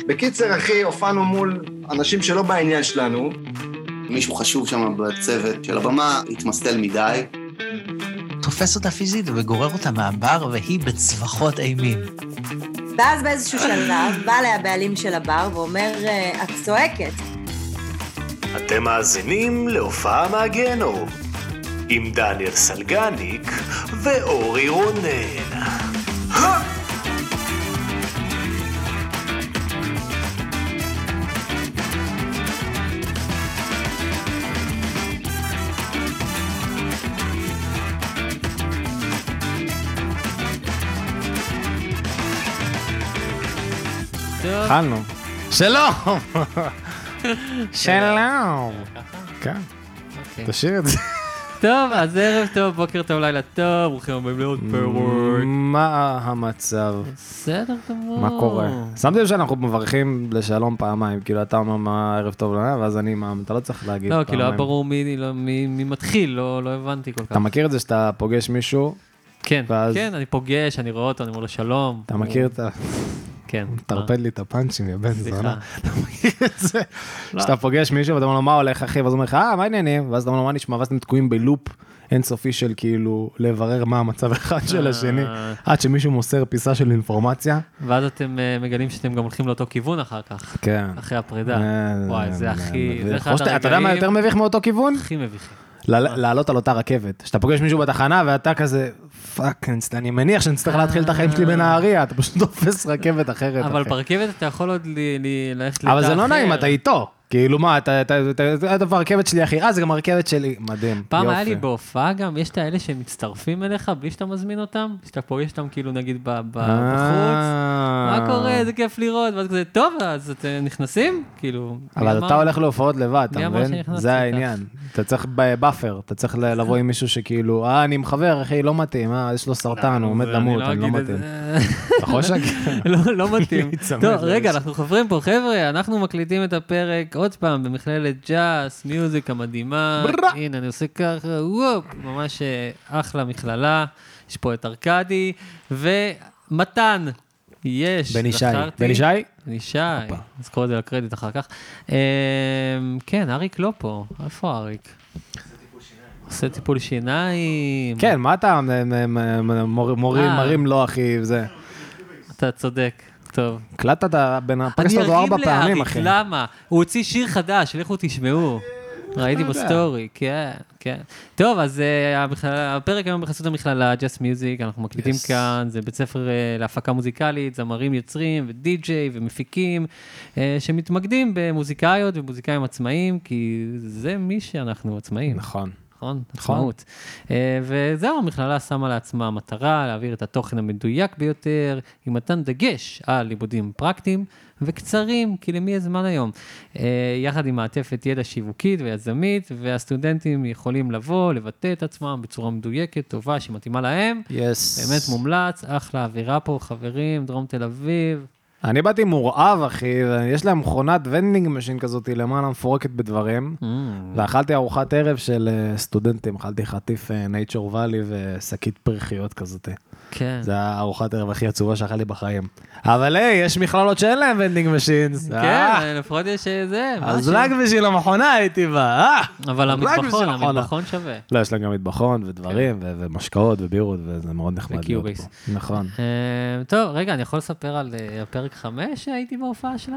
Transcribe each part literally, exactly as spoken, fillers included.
בקיצר, אחי, הופענו מול אנשים שלא בעניין שלנו. מישהו חשוב שם בצוות של הבמה, התמסטל מדי. תופס אותה פיזית וגורר אותה מהבר, והיא בצווחות אימים. ואז באיזשהו שלב, בא לה הבעלים של הבר ואומר, את צועקת. אתם מאזינים להופעה מהגיהנום, עם דניאל סלגניק ואורי רונן. התחלנו. שלום! שלום! כן, תשאיר את זה. טוב, אז ערב טוב, בוקר טוב, לילה טוב, ברוכים הבאים לעוד פרק. מה המצב? בסדר גמור. מה קורה? שמתי לב שאנחנו מברכים לשלום פעמיים, כאילו אתה אומר מה ערב טוב לנה, ואז אני מה, אתה לא צריך להגיד פעמיים. לא, כאילו היה ברור מי מתחיל, לא הבנתי כל כך. אתה מכיר את זה שאתה פוגש מישהו? כן, כן, אני פוגש, אני רואה אותו, אני אומר לו שלום. אתה מכיר את ה... כן. תרפד לי את הפאנצ'ים, יא בן זונה. אתה מכיר את זה? שאתה פוגש מישהו ואתה אומר לו, מה הולך אחי? ואז הוא אומר לך, אה, מה העניינים? ואז אתה אומר לו, מה נשמע? ואז אתם תקועים בלופ אינסופי של כאילו לברר מה המצב אחד של השני, עד שמישהו מוסר פיסה של אינפורמציה. ואז אתם מגלים שאתם גם הולכים לאותו כיוון אחר כך. כן. אחרי הפרידה. וואי, זה הכי... אתה יודע מה יותר מביך מאותו כיוון? הכי מביך. לעלות על אותה רכבת. שאתה פוגש מישהו בתחנה ואתה כזה, פאק, אני מניח שנצטרך להתחיל את החיים שלי בנהריה, אתה פשוט תופס רכבת אחרת. אבל ברכבת אתה יכול עוד ללכת לתא אחר. אבל זה לא נעים, אתה איתו. כאילו מה, אתה ברכבת שלי אחי, אה, זה גם הרכבת שלי, מדהים. פעם היה לי בהופעה גם, יש את האלה שמצטרפים אליך בלי שאתה מזמין אותם, שאתה פוגש אותם כאילו נגיד בחוץ, מה קורה, איזה כיף לראות, ואז כזה, טוב, אז אתם נכנסים? כאילו... אבל אתה הולך להופעות לבד, אתה מבין? זה העניין. אתה צריך באפר, אתה צריך לבוא עם מישהו שכאילו, אה, אני עם חבר, אחי, לא מתאים, אה, יש לו סרטן, הוא עומד למות, אני לא מתאים. בחושק? לא מתאים. טוב, רגע, אנחנו חברים פה, חבר'ה, אנחנו מקליטים את הפרק עוד פעם במכללת ג'אס, מיוזיק המדהימה, הנה אני עושה ככה, וופ, ממש אחלה מכללה, יש פה את ארקדי, ומתן, יש, בן ישי, בן ישי? בן ישי, אז קורא את זה לקרדיט אחר כך. כן, אריק לא פה, איפה אריק? עושה טיפול שיניים. כן, מה אתה מורים, מרים לו אחי, זה. אתה צודק. טוב. קלטת בין הפרסט עוד ארבע פעמים, אחי. למה? הוא הוציא שיר חדש, לכו תשמעו. ראיתי בסטורי, כן, כן. טוב, אז הפרק היום בחסות המכללה, ג'אס מיוזיק, אנחנו מקליטים כאן, זה בית ספר להפקה מוזיקלית, זמרים יוצרים ודי-ג'יי ומפיקים, שמתמקדים במוזיקאיות ומוזיקאים עצמאיים, כי זה מי שאנחנו עצמאים. נכון. נכון? עצמאות. וזהו, המכללה שמה לעצמה מטרה, להעביר את התוכן המדויק ביותר, עם מתן דגש על לימודים פרקטיים וקצרים, כי למי הזמן היום. יחד עם מעטפת ידע שיווקית ויזמית, והסטודנטים יכולים לבוא, לבטא את עצמם בצורה מדויקת, טובה, שמתאימה להם. באמת מומלץ, אחלה אווירה פה, חברים, דרום תל אביב. אני באתי מורעב, אחי, יש להם מכונת ונדינג משין כזאת, למעלה מפורקת בדברים, ואכלתי ארוחת ערב של סטודנטים, אכלתי חטיף נייצ'ר ואלי ושקית פרחיות כזאת. כן. זה הארוחת ערב הכי עצובה שאכלתי בחיים. אבל היי, יש מכללות שאין להם ונדינג משינס. כן, לפחות יש זה. אז רק בשביל המכונה הייתי בא, אה? אבל המטבחון, המטבחון שווה. לא, יש להם גם מטבחון ודברים, ומשקאות ובירות, וזה מאוד נחמד להיות פה. נכון. טוב, רגע, אני יכול לספר על הפרק חמש שהייתי בהופעה שלה?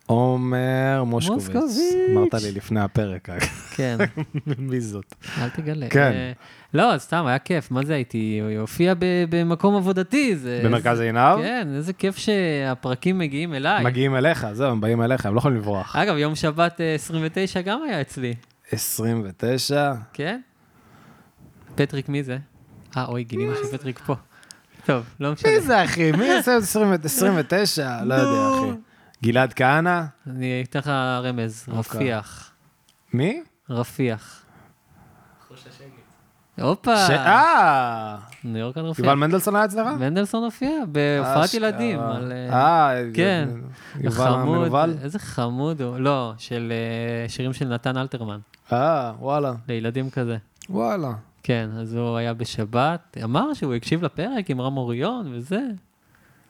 עומר מושקוביץ. אמרת לי לפני הפרק. כן. מי זאת? אל תגלה. כן. לא, סתם, היה כיף. מה זה הייתי? הופיע במקום עבודתי. במרכז עינב? כן, איזה כיף שהפרקים מגיעים אליי. מגיעים אליך, זהו, הם באים אליך, הם לא יכולים לברוח. אגב, יום שבת עשרים ותשע גם היה אצלי. עשרים ותשע? כן. פטריק מי זה? אה, אוי, גילינו שפטריק פה. טוב, לא משנה. מי זה, אחי? מי עושה עשרים ותשע? לא יודע, אחי. גלעד כהנא? אני אתן לך רמז, רפיח. מי? רפיח. הופה. אה. ניו יורק על רפיח. יובל מנדלסון היה אצלך? מנדלסון הופיע בהופעת ילדים. אה, כן. יובל המנובל? איזה חמוד הוא. לא, של שירים של נתן אלתרמן. אה, וואלה. לילדים כזה. וואלה. כן, אז הוא היה בשבת. אמר שהוא הקשיב לפרק עם רם אוריון וזה.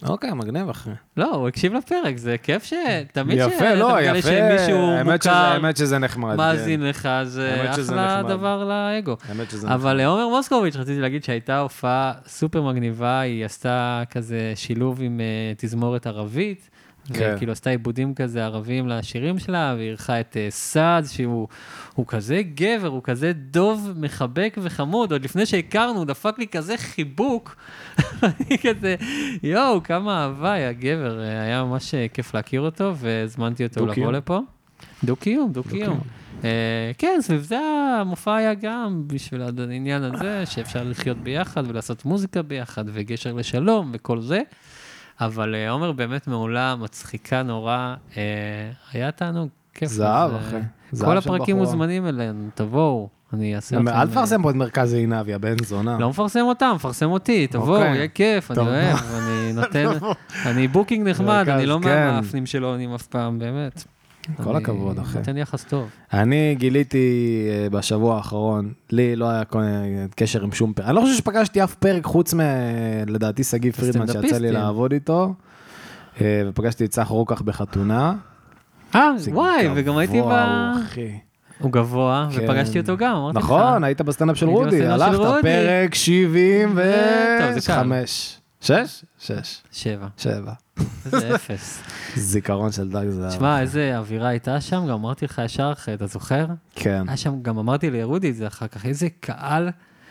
אוקיי, מגניב אחי. לא, הוא הקשיב לפרק, זה כיף ש... תמיד יפה, שאתה לא, מגלה יפה. שמישהו האמת שזה- מוכר, האמת שזה נחמד. מאזין לך, זה האמת שזה אחלה נחמד. דבר לאגו. כן. האמת שזה אבל נחמד. לעומר מוסקוביץ' רציתי להגיד שהייתה הופעה סופר מגניבה, היא עשתה כזה שילוב עם uh, תזמורת ערבית, כן. וכאילו עשתה עיבודים כזה ערביים לשירים שלה, ואירחה את uh, סעד, שהוא הוא כזה גבר, הוא כזה דוב מחבק וחמוד, עוד לפני שהכרנו, הוא דפק לי כזה חיבוק, אני כזה, יואו, כמה אהבה היה גבר, היה ממש כיף להכיר אותו, והזמנתי אותו לבוא לפה. דו-קיום, דו-קיום. Uh, כן, סביב זה המופע היה גם בשביל העניין הזה, שאפשר לחיות ביחד ולעשות מוזיקה ביחד וגשר לשלום וכל זה, אבל uh, עומר באמת מעולה, מצחיקה נורא, uh, היה תענוג, כיף. זהב, אז, uh, אחי. זהב כל של הפרקים בחורה. מוזמנים אלינו, תבואו, אני אעשה לכם... אל תפרסם פה את מרכז עינב, יא בן זונה. לא מפרסם אותם, מפרסם אותי, תבואו, אוקיי. יהיה כיף, אני טוב. אוהב, אני נותן, אני בוקינג נחמד, מרכז, אני לא כן. מהמאפנים שלו, אני אף פעם, באמת. כל אני הכבוד, אחי. נותן יחס טוב. אני גיליתי אה, בשבוע האחרון, לי לא היה כל- קשר עם שום פרק. אני לא חושב שפגשתי אף פרק חוץ מ... לדעתי סגיב פרידמן שיצא לי סטנדאפיסטים. לעבוד איתו, אה, ופגשתי את צח רוקח בחתונה. אה, זה וואי, וגם הייתי ב... גבוה, הוא, אחי. הוא גבוה, כן. ופגשתי אותו גם, אמרתי לך. נכון, היית בסטנדאפ של הייתי רודי, בסטנדאפ של הלכת, רודי. פרק שבעים טוב, זה קל. וחמש. שש? שש. שבע. שבע. זה אפס. זיכרון של דג זהב. תשמע, איזה אווירה הייתה שם, גם אמרתי לך ישר אחרי, אתה זוכר? כן. היה שם, גם אמרתי לרודי את זה אחר כך, איזה קהל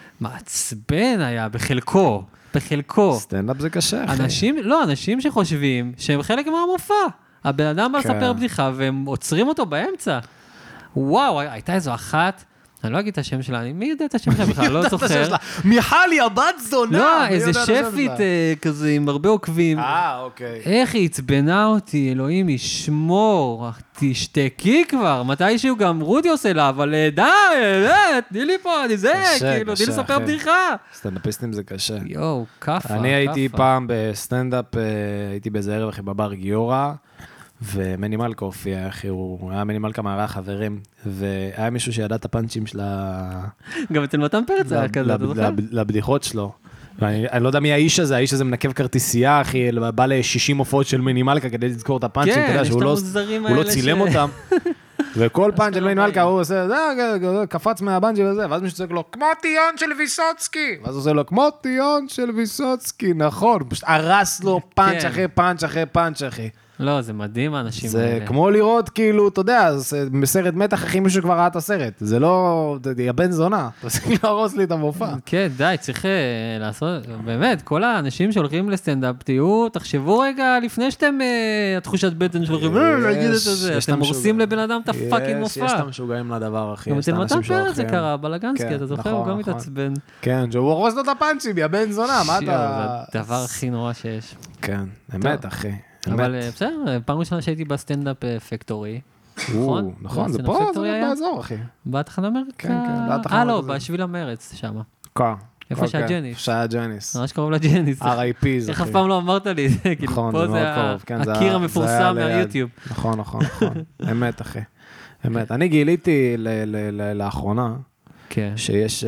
מעצבן היה, בחלקו, בחלקו. סטנדאפ זה קשה, אחי. אנשים, לא, אנשים שחושבים שהם חלק מהמופע. הבן אדם בא כן. לספר בדיחה, והם עוצרים אותו באמצע. וואו, הייתה איזו אחת, אני לא אגיד את השם שלה, אני- מי יודע את השם שלה בכלל, לא זוכר. מיכל היא הבת זונה. לא, מי איזה יודע את השם שפית שלה? אה, כזה עם הרבה עוקבים. אה, אוקיי. איך היא עצבנה אותי, אלוהים ישמור, תשתקי כבר, מתישהו גם רודי עושה לה, אבל אה, די, אה, תני לי פה, אני זה, קשה, כאילו, תני קשה, לספר אחי. בדיחה. סטנדאפיסטים זה קשה. יואו, כאפה, אני הייתי כאפה. פעם בסטנדאפ, אה, הייתי באיזה ערב אחי בבר גיורא, ומני מלכה הופיע, אחי, הוא היה מני מלכה מערך חברים, והיה מישהו שידע את הפאנצ'ים של ה... גם אצל מתן פרץ היה לב- כזה, אתה לב- זוכר? לב- לבדיחות שלו. ואני אני לא יודע מי האיש הזה, האיש הזה מנקב כרטיסייה, אחי, בא ל-שישים הופעות של מני מלכה כדי לזכור את הפאנצ'ים, אתה כן, יודע יש שהוא את לא- המוזרים הוא לא האלה צילם ש- אותם. וכל פאנץ' של מני אשכרה מלכה הוא עושה, "זה, זה, זה", קפץ מהבנג'י וזה, ואז מישהו צועק לו, כמו טיון של ויסוצקי. ואז הוא עושה לו, כמו טיון של ויסוצקי, נכון, הוא פשוט הרס לו פאנץ' כן. אחרי פאנץ' אחרי פאנץ' אחי. לא, זה מדהים האנשים זה האלה. כמו לראות, כאילו, אתה יודע, זה בסרט מתח, אחי, מישהו כבר ראה את הסרט. זה לא, יא בן זונה, תפסיק להרוס לי את המופע. כן, די, צריך אה, לעשות, באמת, כל האנשים שהולכים לסטנדאפ, תהיו, תחשבו רגע לפני שאתם, אה, התחושת בטן שלכם, אה, להגיד את זה, יש את אתם הורסים המשוגע. לבן אדם את הפאקינג יש, יש מופע. את המשוגעים לדבר, אחי. גם יש אצל את מתן האנשים פרץ זה שהולכים. קרה, בלגנסקי, כן, אתה זוכר, נכון, הוא גם נכון. מתעצבן. כן, שהוא הורס לו את הפאנצ'ים, יא בן זונה, מה שיו, אתה... זה הדבר הכי נורא שיש. כן, אמת, טוב. אחי. אבל אמת. אה, בסדר, פעם ראשונה שהייתי בסטנדאפ אה, פקטורי, או, נכון? נכון, זה הסטנדאפ פה, זה פקטורי היה? באזור, אחי. בתחנה מרקע? כן, כן, ליד תחנה אה, לא, מרכזית. בשביל המרץ, שם. כה. איפה שהיה ג'ניס. שהיה ג'ניס. ממש קרוב לג'ניס. אר איי פי זה, איך אחי. אף פעם לא אמרת לי, זה, כאילו, נכון, פה זה מאוד זה קרוב. כן, זה היה- הקיר זה היה המפורסם ליד. מהיוטיוב. נכון, נכון, נכון. אמת, אחי. אמת. אני גיליתי ל- ל- ל- לאחרונה, כן. שיש, אה,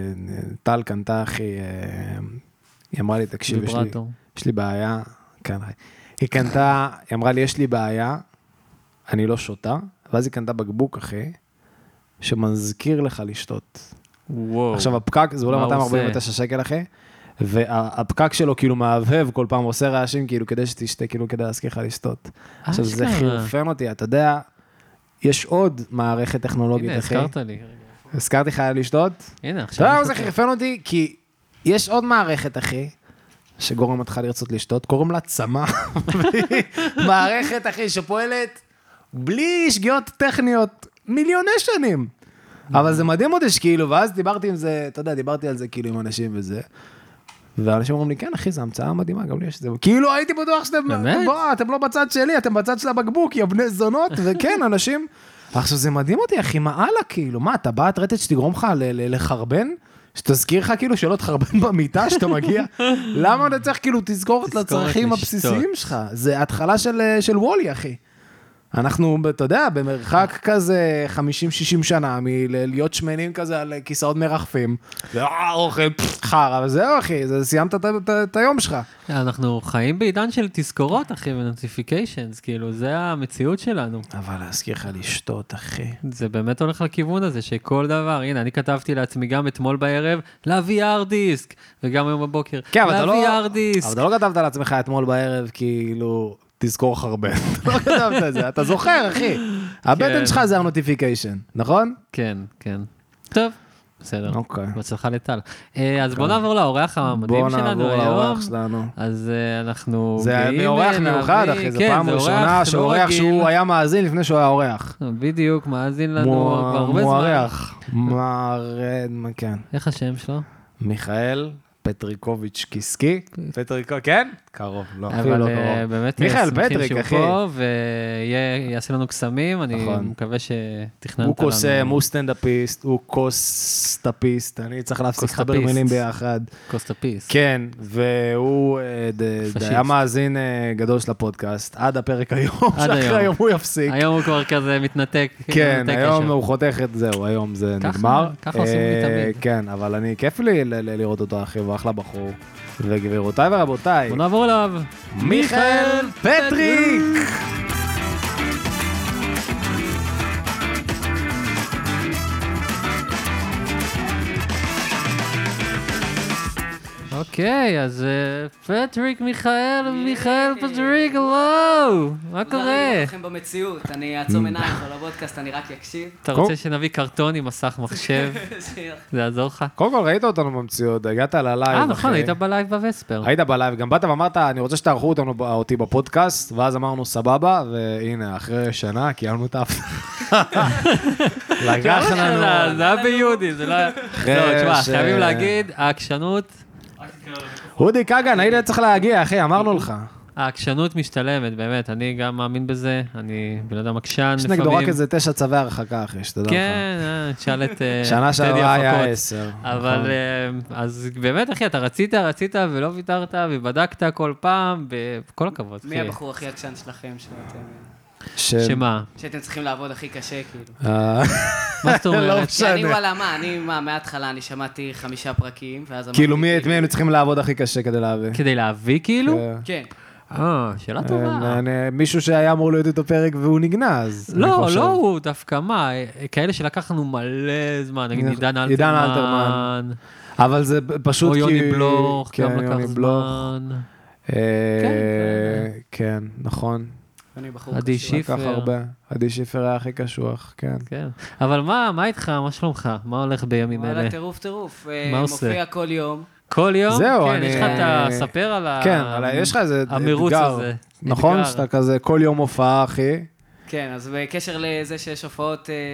טל קנתה, אחי, אה, היא אמרה לי, תקשיב, יש לי, ויברטור. יש לי בעיה, כן, היא קנתה, היא אמרה לי, יש לי בעיה, אני לא שותה, ואז היא קנתה בקבוק, אחי, שמזכיר לך לשתות. וואו. עכשיו, הפקק, זה עולה מה הוא מאתיים ארבעים ותשע עושה? שקל, אחי, והפקק שלו כאילו מהבהב כל פעם, עושה רעשים, כאילו, כדי שתשתה, כאילו, כדי להזכיר לך לשתות. עכשיו, זה אשכרה. חירפן אותי, אתה יודע, יש עוד מערכת טכנולוגית, הנה, אחי. הזכרת לי. הזכרתי לך לשתות? הנה, אתה עכשיו... יודע למה אני זה חושב. חירפן אותי? כי יש עוד מערכת, אחי, שגורם אותך לרצות לשתות, קוראים לה צמא. מערכת, אחי, שפועלת בלי שגיאות טכניות מיליוני שנים. אבל זה מדהים אותי שכאילו, ואז דיברתי עם זה, אתה יודע, דיברתי על זה כאילו עם אנשים וזה, ואנשים אומרים לי, כן, אחי, זו המצאה מדהימה, גם לי יש את זה. כאילו, הייתי בטוח שאתם, באמת? בוא, אתם לא בצד שלי, אתם בצד של הבקבוק, יא בני זונות, וכן, אנשים... עכשיו, זה מדהים אותי, אחי, מה הלאה, כאילו? מה, אתה בא רטט שתגרום לך ל- ל- לחרבן? שתזכיר לך כאילו שלא תחרבן במיטה שאתה מגיע? למה אתה צריך כאילו תזכור את תזכורת הצרכים לשתות. הבסיסיים שלך? זה התחלה של, של וולי, אחי. אנחנו, אתה יודע, במרחק כזה חמישים שישים שנה, מלהיות שמנים כזה על כיסאות מרחפים, ואוכל חרא, וזהו אחי, זה סיימת את היום שלך. אנחנו חיים בעידן של תזכורות, אחי, ונוטיפיקיישנס, כאילו, זה המציאות שלנו. אבל להזכיר לך לשתות, אחי. זה באמת הולך לכיוון הזה, שכל דבר, הנה, אני כתבתי לעצמי גם אתמול בערב, להביא הרד דיסק, וגם היום בבוקר, להביא הרד דיסק. אבל אתה לא כתבת לעצמך אתמול בערב, כאילו, תזכור חרבן. אתה לא כתבת את זה, אתה זוכר, אחי. הבטן שלך זה הנוטיפיקיישן, נכון? כן, כן. טוב. בסדר, אוקיי. בצלחה לטל. אז בוא נעבור לאורח המדהים שלנו היום. בוא נעבור לאורח שלנו. אז אנחנו זה אורח מיוחד, אחי, זו פעם ראשונה שאורח שהוא היה מאזין לפני שהוא היה אורח. בדיוק, מאזין לנו כבר הרבה זמן. מוארח. כן. איך השם שלו? מיכאל פטריקוביץ' קיסקי. פטריקו, כן? קרוב, לא, אפילו לא אבל קרוב. באמת מיכאל שמחים פטריק, שהוא אחי. פה, ויעשה לנו קסמים, אני נכון. מקווה שתכננת לנו. הוא קוסם, הוא סטנדאפיסט, הוא קוסטאפיסט, אני צריך להפסיק לחבר קוסטאפיסט. מילים ביחד. קוסטאפיסט. כן, והוא אה, ד- ד- פשיסט. היה מאזין אה, גדול של הפודקאסט, עד הפרק היום, עד שאחרי היום. היום הוא יפסיק. היום הוא כבר כזה מתנתק. כן, מתנתק היום קשר. הוא חותך את זהו, היום זה ככה- נגמר. ככה עושים לי אה, תמיד. כן, אבל אני, כיף לי ל- ל- לראות אותו, אחי, הוא אחלה בחור. וגבירותיי ורבותיי, בוא נעבור אליו. מיכאל פטריק! אוקיי, אז אה, פטריק מיכאל, מיכאל פטריק, וואו, מה קורה? אני אתכם במציאות, אני אעצום עיניים על הפודקאסט, אני רק אקשיב. אתה רוצה שנביא קרטון עם מסך מחשב? זה יעזור לך? קודם כל ראית אותנו במציאות, הגעת ללייב. אה, נכון, אחי. היית בלייב בווספר. היית בלייב, גם באת ואמרת, אני רוצה שתערכו אותנו, אותי בפודקאסט, ואז אמרנו סבבה, והנה, אחרי שנה קיימנו את ההפתעה. לקח לנו... זה היה ביודי, זה לא היה... לא, תשמע, ש- חייבים להגיד, העקשנות, אודי קגן, היית צריך להגיע, אחי, אמרנו לך. העקשנות משתלמת, באמת, אני גם מאמין בזה, אני בן אדם עקשן יש לפעמים. נגדו רק איזה תשע צווי הרחקה, אחי, שתדע לך. כן, אה, תשאל את אה, שנה טדי שעברה היה הפקות. עשר. אבל נכון. אה, אז באמת, אחי, אתה רצית, רצית ולא ויתרת, ובדקת כל פעם, וכל הכבוד. מי אחי. הבחור הכי עקשן שלכם שאתם... ש- שמה? שאתם צריכים לעבוד הכי קשה, כאילו? אה, מה זאת לא אומרת? כי אני משנה. וואלה, מה, אני, מה, מההתחלה אני שמעתי חמישה פרקים, ואז אמרתי... כאילו, מי את מי היינו צריכים לעבוד הכי קשה כדי להביא? כדי להביא כאילו? כן. כן. אה, שאלה טובה. אה, אני- מישהו שהיה אמור להיות איתו פרק והוא נגנז. אני לא, חושב. לא הוא דווקא, מה, כאלה שלקח לנו מלא זמן, נגיד עידן אלתרמן. עידן אלתרמן. אבל זה פשוט או כי... יוני בלוך, כן, גם לקח יוני בלוך. זמן. אה, כן, כן, נכון. אני בחור עדי קשוח. שיפר. לקח הרבה. עדי שיפר היה הכי קשוח, כן. כן. אבל מה, מה איתך? מה שלומך? מה הולך בימים אלה? וואלה, טירוף, טירוף. אה, מה עושה? מופיע כל יום. כל יום? זהו, כן, אני- יש לך את ה... ספר על ה... כן, אבל יש לך איזה המרוץ אתגר. הזה. נכון? אתגר. שאתה כזה כל יום הופעה, אחי. כן, אז בקשר לזה שיש הופעות, אה,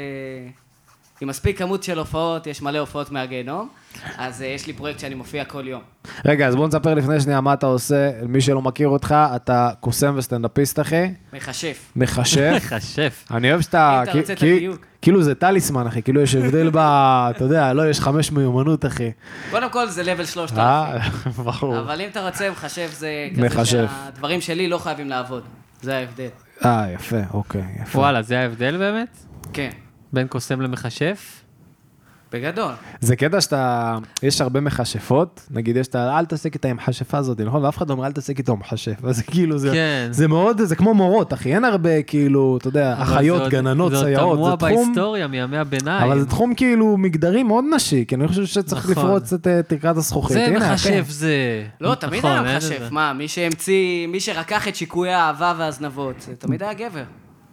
עם מספיק כמות של הופעות, יש מלא הופעות מהגיהנום, אז אה, יש לי פרויקט שאני מופיע כל יום. רגע, אז בוא נספר לפני שנייה מה אתה עושה. מי שלא מכיר אותך, אתה קוסם וסטנדאפיסט, אחי. מכשף. מכשף. מכשף. אני אוהב שאתה... אם אתה רוצה את כי- הדיוק. כאילו זה טליסמן, אחי. כאילו יש הבדל ב... אתה יודע, לא, יש חמש מיומנות, אחי. קודם כל זה לבל שלושת אה, אלפים. ברור. אבל אם אתה רוצה, מכשף זה כזה מכשף. שהדברים שלי לא חייבים לעבוד. זה ההבדל. אה, יפה, אוקיי, יפה. וואלה, זה ההבדל באמת? כן, בין קוסם למכשף? בגדול. זה קטע שאתה, יש הרבה מכשפות, נגיד יש את ה... אל תעסק איתה עם מכשפה הזאת, נכון? ואף אחד לא אומר, אל תעסק איתו עם מכשף. אז זה כאילו, זה, כן. זה מאוד, זה כמו מורות, אחי. אין הרבה, כאילו, אתה יודע, אבל אחיות, זה עוד- גננות, זה סייעות. עוד זה תמוה תחום, בהיסטוריה, מימי הביניים. אבל זה תחום כאילו מגדרי מאוד נשי, כי אני חושב שצריך נכון. לפרוץ את אה, תקרת הזכוכית. זה הנה, מכשף, אחי. זה... לא, תמיד נכון, היה אין מכשף. את זה. מה, מי שהמציא, מי שרקח את שיקויי האהבה והזנבות, זה תמיד היה גבר.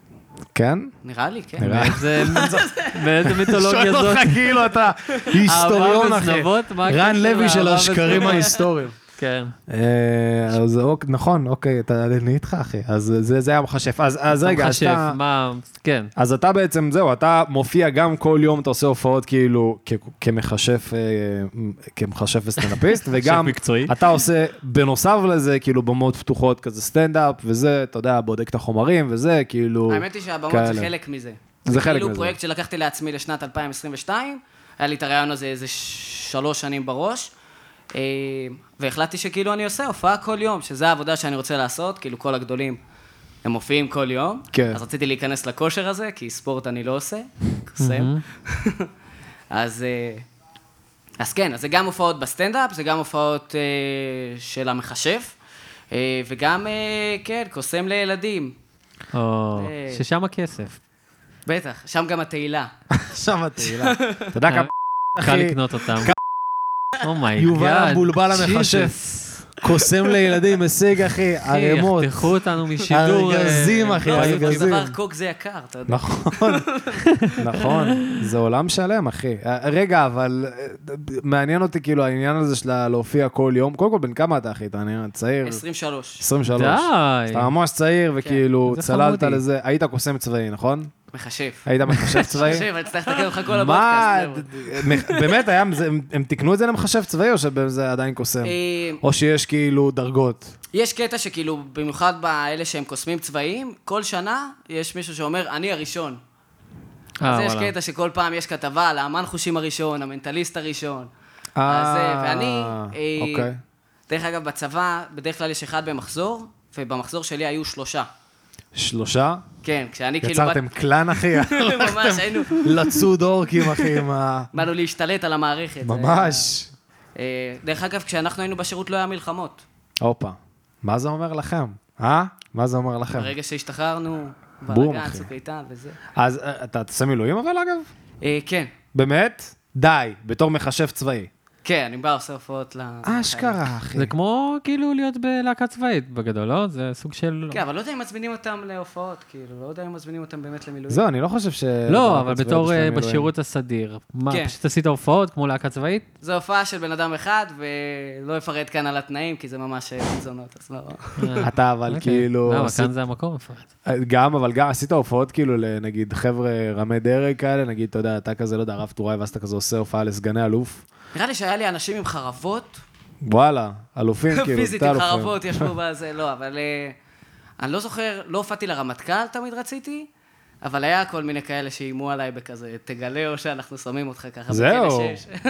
כן? נראה לי, כן. נראה. זה- באיזה מיתולוגיה שואל זאת? אותך כאילו אתה היסטוריון, אהבה אחי. וזנבות? מה רן הקשר לוי של לאהבה השקרים וזנבות? ההיסטוריים. כן. אה, אז אוק- נכון, אוקיי, אתה אני איתך, אחי. אז זה זה היה מכשף. אז אז רגע, אז מכשף, אתה... מה... כן. אז אתה בעצם, זהו, אתה מופיע גם כל יום, אתה עושה הופעות כאילו כ- כמכשף, אה, כמכשף וסטנדאפיסט, וגם מקצועי. אתה עושה בנוסף לזה, כאילו במות פתוחות כזה סטנדאפ, וזה, אתה יודע, בודק את החומרים, וזה כאילו... האמת היא שהבמות כאלה. זה חלק מזה. זה חלק כאילו מזה. פרויקט שלקחתי לעצמי לשנת אלפיים עשרים ושתיים, היה לי את הרעיון הזה איזה שלוש שנים בראש, אה, והחלטתי שכאילו אני עושה הופעה כל יום, שזה העבודה שאני רוצה לעשות, כאילו כל הגדולים הם מופיעים כל יום, כן. אז רציתי להיכנס לכושר הזה, כי ספורט אני לא עושה, קוסם. אז, אז כן, אז זה גם הופעות בסטנדאפ, זה גם הופעות של המחשף, וגם, כן, קוסם לילדים. או, ששם הכסף. בטח, שם גם התהילה. שם התהילה. אתה יודע כמה... קל לקנות אותם. אומייגאד. יובל הבולבל המחשף. קוסם לילדים, הישג אחי, ערימות. יחתכו אותנו משידור. ארגזים אחי, ארגזים. זה דבר קוק זה יקר, אתה יודע. נכון, נכון, זה עולם שלם אחי. רגע, אבל מעניין אותי כאילו העניין הזה של להופיע כל יום. קודם כל, בן כמה אתה אחי? אתה צעיר? עשרים ושלוש. עשרים ושלוש. די. אתה ממש צעיר וכאילו צללת לזה. היית קוסם צבאי, נכון? מחשף. היית מחשב צבאי? מחשף, אני צריך לתקן אותך כל מה? הפודקאסט. באמת, הם תקנו את זה למחשב צבאי או שזה עדיין קוסם? או שיש כאילו דרגות? יש קטע שכאילו, במיוחד באלה שהם קוסמים צבאיים, כל שנה יש מישהו שאומר, אני הראשון. אז יש קטע שכל פעם יש כתבה על האמן חושים הראשון, המנטליסט הראשון. ואני, דרך אגב, בצבא, בדרך כלל יש אחד במחזור, ובמחזור שלי היו שלושה. שלושה? כן, כשאני כאילו... יצרתם קלן אחי, ממש, היינו... לצוד אורקים אחי, מה... באנו להשתלט על המערכת. ממש. דרך אגב, כשאנחנו היינו בשירות לא היה מלחמות. הופה, מה זה אומר לכם? אה? מה זה אומר לכם? ברגע שהשתחררנו, בום בלגן, אחי. צוק איתן וזה. אז אתה תעשה מילואים אבל אגב? כן. באמת? די, בתור מחשב צבאי. כן, אני בא עושה הופעות ל... אשכרה, אחי. זה כמו כאילו להיות בלהקה צבאית בגדול, לא? זה סוג של... כן, אבל לא יודע אם מזמינים אותם להופעות, כאילו, לא יודע אם מזמינים אותם באמת למילואים. זהו, אני לא חושב ש... לא, אבל בתור בשירות הסדיר. מה, פשוט עשית הופעות כמו להקה צבאית? זו הופעה של בן אדם אחד, ולא אפרט כאן על התנאים, כי זה ממש זונות, אז לא... אתה אבל כאילו... למה, כאן זה המקום לפרט. גם, אבל גם עשית הופעות כאילו לנגיד חבר'ה רמי דרג כאלה, נגיד, אתה יודע, אתה כזה, לא יודע, רב טוראי, ואז אתה כזה עושה הופעה לסגני אלוף. נראה לי שהיה לי אנשים עם חרבות. וואלה, אלופים כאילו. פיזית עם חרבות ישבו בזה, לא, אבל אני לא זוכר, לא הופעתי לרמטכ"ל תמיד רציתי, אבל היה כל מיני כאלה שאימו עליי בכזה, תגלה או שאנחנו שמים אותך ככה. זהו.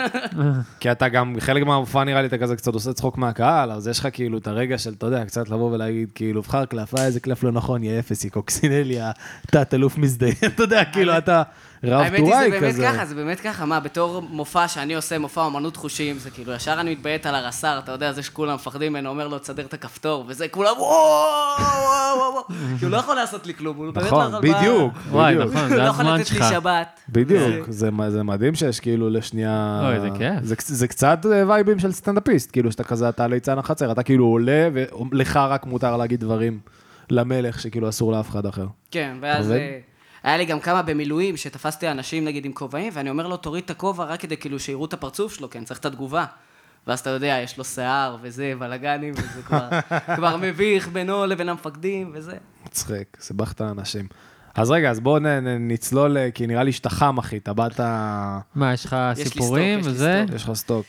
כי אתה גם, חלק מהמופע נראה לי אתה כזה קצת עושה צחוק מהקהל, אז יש לך כאילו את הרגע של, אתה יודע, קצת לבוא ולהגיד, כאילו, בחר קלף, אה, איזה קלף לא נכון, יא אפס, יא קוקסינליה, תת אלוף מזדיין, אתה יודע, כאילו, אתה רב טוראי כזה. האמת היא, זה באמת ככה, זה באמת ככה, מה, בתור מופע שאני עושה, מופע אומנות חושים, זה כאילו, ישר אני מתביית על הרס"ר, אתה יודע, זה שכולם מפחדים ממנו, אומר לו, תסדר את הכפתור, וזה כולם, וואו, וואו, וואו, כי הוא לא יכול לעשות לי כלום, הוא באמת לא יכול... בדיוק, וואי, נכון, זה לא יכול הזמן לתת לי שלך. שבת. בדיוק, זה מדהים שיש כאילו לשנייה... אוי, זה כיף. זה קצת וייבים של סטנדאפיסט, כאילו שאתה כזה, אתה ליצן החצר, אתה כאילו עולה, ולך רק מותר להגיד דברים למלך, שכאילו אסור לאף אחד אחר. כן, ואז היה לי גם כמה במילואים, שתפסתי אנשים נגיד עם כובעים, ואני אומר לו, תוריד את הכובע רק כדי כאילו שיראו את הפרצוף שלו, כן, צריך את התגובה. ואז אתה יודע, יש לו שיער וזה, בלגנים, וזה כבר, כבר מביך בינו לבין המפקדים וזה. מצחיק, סיבך את האנשים. אז רגע, אז בואו נצלול, כי נראה לי שאתה חם, אחי, אתה באת... מה, יש לך סיפורים וזה? יש לך סטוק.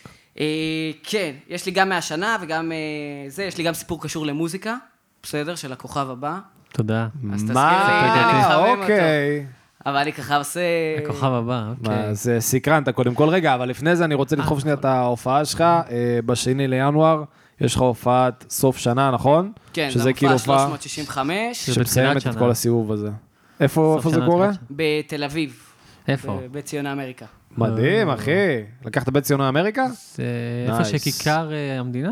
כן, יש לי גם מהשנה וגם זה, יש לי גם סיפור קשור למוזיקה, בסדר, של הכוכב הבא. תודה. מה? אוקיי. אבל אני ככה עושה... הכוכב הבא, אוקיי. אז סקרנת קודם כל. רגע, אבל לפני זה אני רוצה לדחוף שנייה את ההופעה שלך. בשני לינואר יש לך הופעת סוף שנה, נכון? כן, זה הופעה שלוש מאות שישים וחמש. שמסיימת את כל הסיבוב הזה. איפה זה קורה? בתל אביב. איפה? בבית ציוני אמריקה. מדהים, אחי. לקחת בית ציוני אמריקה? זה איפה שכיכר המדינה?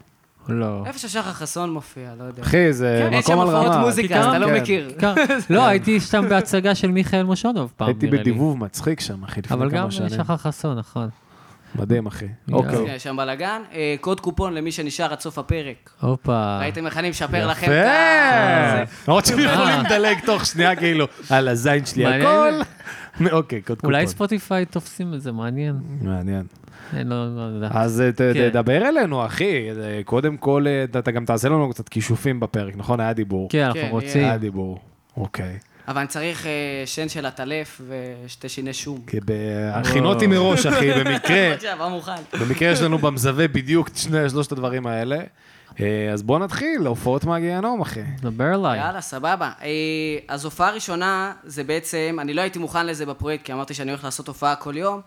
לא. איפה ששחר חסון מופיע, לא יודע. אחי, זה מקום על רמה. יש שם הופעות מוזיקה, אז אתה לא מכיר. לא, הייתי שם בהצגה של מיכאל מושונוב פעם, הייתי בדיבוב מצחיק שם, אחי, לפני אבל כמה גם שנים. שחר חסון, נכון. מדהים, אחי. אוקיי. יש שם בלגן. קוד קופון למי שנשאר עד סוף הפרק. הופה. ראיתם איך אני משפר לכם את ה... יפה! למרות שהם יכולים לדלג תוך שנייה, כאילו, על הזין שלי הכל. אוקיי, קוד קופון. אולי ספוטיפיי תופסים את זה, מעניין. מעניין. לא יודע. אז תדבר אלינו, אחי. קודם כל, אתה גם תעשה לנו קצת כישופים בפרק, נכון? היה דיבור. כן, אנחנו רוצים. היה דיבור. אוקיי. אבל אני צריך שן של הטלף ושתי שיני שום. הכינותי מראש, אחי, במקרה. עכשיו, מוכן. במקרה יש לנו במזווה בדיוק שלושת הדברים האלה. אז בואו נתחיל, הופעות מהגיהנום, אחי. דבר אליי. יאללה, סבבה. אז הופעה הראשונה, זה בעצם, אני לא הייתי מוכן לזה בפרויקט, כי אמרתי שאני הולך לעשות הופעה כל יום.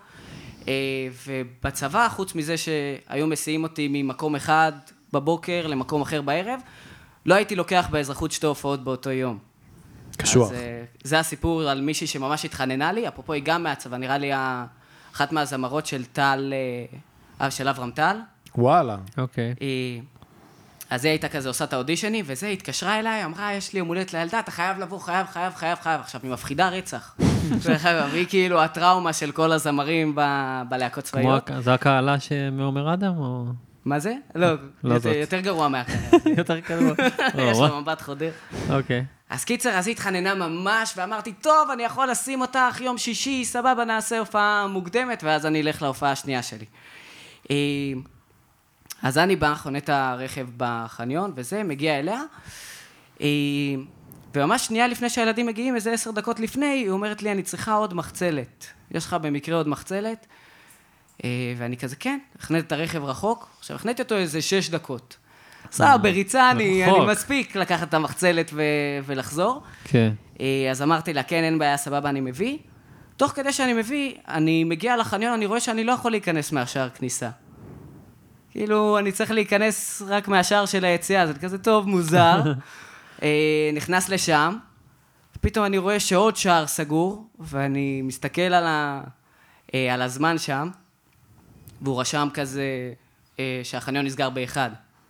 ובצבא, חוץ מזה שהיום מסיעים אותי ממקום אחד בבוקר למקום אחר בערב, לא הייתי לוקח באזרחות שתי הופעות באותו יום. קשוח. אז זה הסיפור על מישהי שממש התחננה לי, אפרופו היא גם מהצבא, נראה לי אחת מהזמרות של טל, של אברהם טל. וואלה. אוקיי. אז היא הייתה כזה, עושה את האודישני, וזה התקשרה אליי, אמרה, יש לי יום הולדת לילדה, אתה חייב לבוא, חייב, חייב, חייב, חייב. עכשיו, היא מפחידה רצח. והיא כאילו הטראומה של כל הזמרים בלהקות צבאיות. זו הקהלה שמאומר אדם, או... מה זה? לא, יותר גרוע מהקהלה. יותר גרוע. יש לה מבט חודר. אוקיי. אז קיצר, אז היא התחננה ממש, ואמרתי, טוב, אני יכול לשים אותך יום שישי, סבבה, נעשה הופעה מוקדמת, ואז אני אלך להופעה השנייה שלי. אז אני בא, חונה את הרכב בחניון, וזה, מגיע אליה, וממש שנייה לפני שהילדים מגיעים, איזה עשר דקות לפני, היא אומרת לי, אני צריכה עוד מחצלת. יש לך במקרה עוד מחצלת? ואני כזה, כן, הכנתי את הרכב רחוק, עכשיו הכנתי אותו איזה שש דקות. סבבה, בריצה אני מספיק לקחת את המחצלת ולחזור. כן. אז אמרתי לה, כן, אין בעיה, סבבה, אני מביא. תוך כדי שאני מביא, אני מגיע לחניון, אני רואה שאני לא יכול להיכנס מהשער כניסה. כאילו, אני צריך להיכנס רק מהשער של היציאה, זה כזה טוב, מוזר. נכנס לשם, פתאום אני רואה שעוד שער סגור, ואני מסתכל על, ה... על הזמן שם, והוא רשם כזה שהחניון נסגר באחד.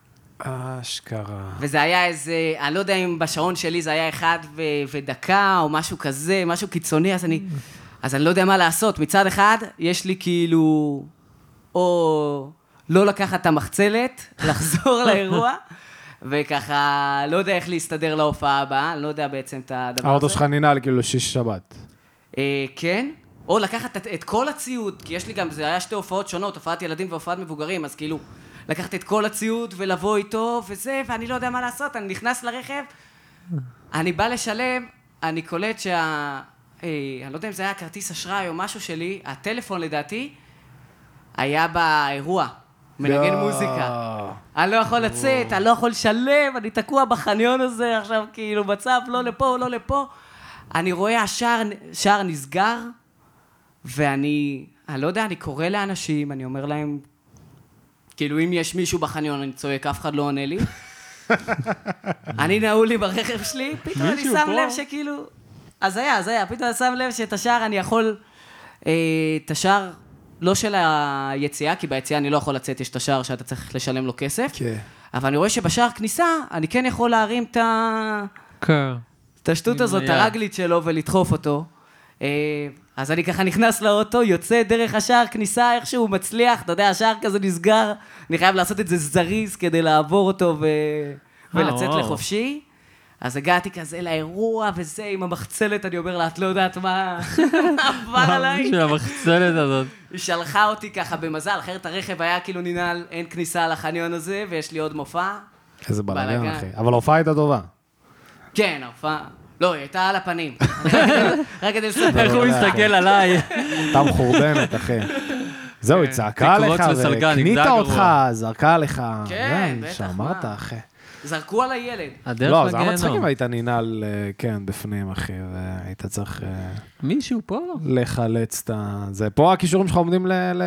אשכרה. וזה היה איזה, אני לא יודע אם בשעון שלי זה היה אחד ו... ודקה, או משהו כזה, משהו קיצוני, אז אני, אז אני לא יודע מה לעשות. מצד אחד, יש לי כאילו, או לא לקחת את המחצלת, לחזור לאירוע, וככה, לא יודע איך להסתדר להופעה הבאה, אני לא יודע בעצם את הדבר הזה. האוטו שלך נינה כאילו שיש שבת. אה, כן, או לקחת את, את כל הציוד, כי יש לי גם, זה היה שתי הופעות שונות, הופעת ילדים והופעת מבוגרים, אז כאילו, לקחת את כל הציוד ולבוא איתו וזה, ואני לא יודע מה לעשות, אני נכנס לרכב, אני בא לשלם, אני קולט שה... אה, אני לא יודע אם זה היה כרטיס אשראי או משהו שלי, הטלפון לדעתי, היה באירוע. מנגן מוזיקה. אני לא יכול לצאת, אני לא יכול לשלם, אני תקוע בחניון הזה, עכשיו כאילו מצב, לא לפה, לא לפה. אני רואה השער נסגר, ואני, אני לא יודע, אני קורא לאנשים, אני אומר להם, כאילו אם יש מישהו בחניון, אני צועק, אף אחד לא עונה לי. אני נעול לי ברכב שלי, פתאום אני שם לב שכאילו, אז היה, אז היה, פתאום אני שם לב שאת השער אני יכול, את השער, לא של היציאה, כי ביציאה אני לא יכול לצאת, יש את השער שאתה צריך לשלם לו כסף. כן. אבל אני רואה שבשער כניסה, אני כן יכול להרים את ה... כן. את השטות הזאת, את הרגלית שלו, ולדחוף אותו. אז אני ככה נכנס לאוטו, יוצא דרך השער כניסה, איכשהו מצליח, אתה יודע, השער כזה נסגר, אני חייב לעשות את זה זריז כדי לעבור אותו ו... ולצאת לחופשי. אז הגעתי כזה לאירוע וזה, עם המחצלת, אני אומר לה, את לא יודעת מה עבר עליי. של המחצלת הזאת. היא שלחה אותי ככה במזל, אחרת הרכב היה כאילו ננעל, אין כניסה לחניון הזה, ויש לי עוד מופע. איזה בלגן, אחי. אבל ההופעה הייתה טובה. כן, ההופעה. לא, היא הייתה על הפנים. רק כדי לספר. איך הוא הסתכל עליי. אתה מחורבנת, אחי. זהו, היא צעקה עליך, וקנית אותך, זרקה עליך. כן, בטח. שאמרת, אחי. זרקו על הילד. לא, זה היה מצחיק אם היית ננעל, כן, בפנים, אחי, והיית צריך... מישהו פה? לחלץ את ה... זה פה הכישורים שלך עומדים ל...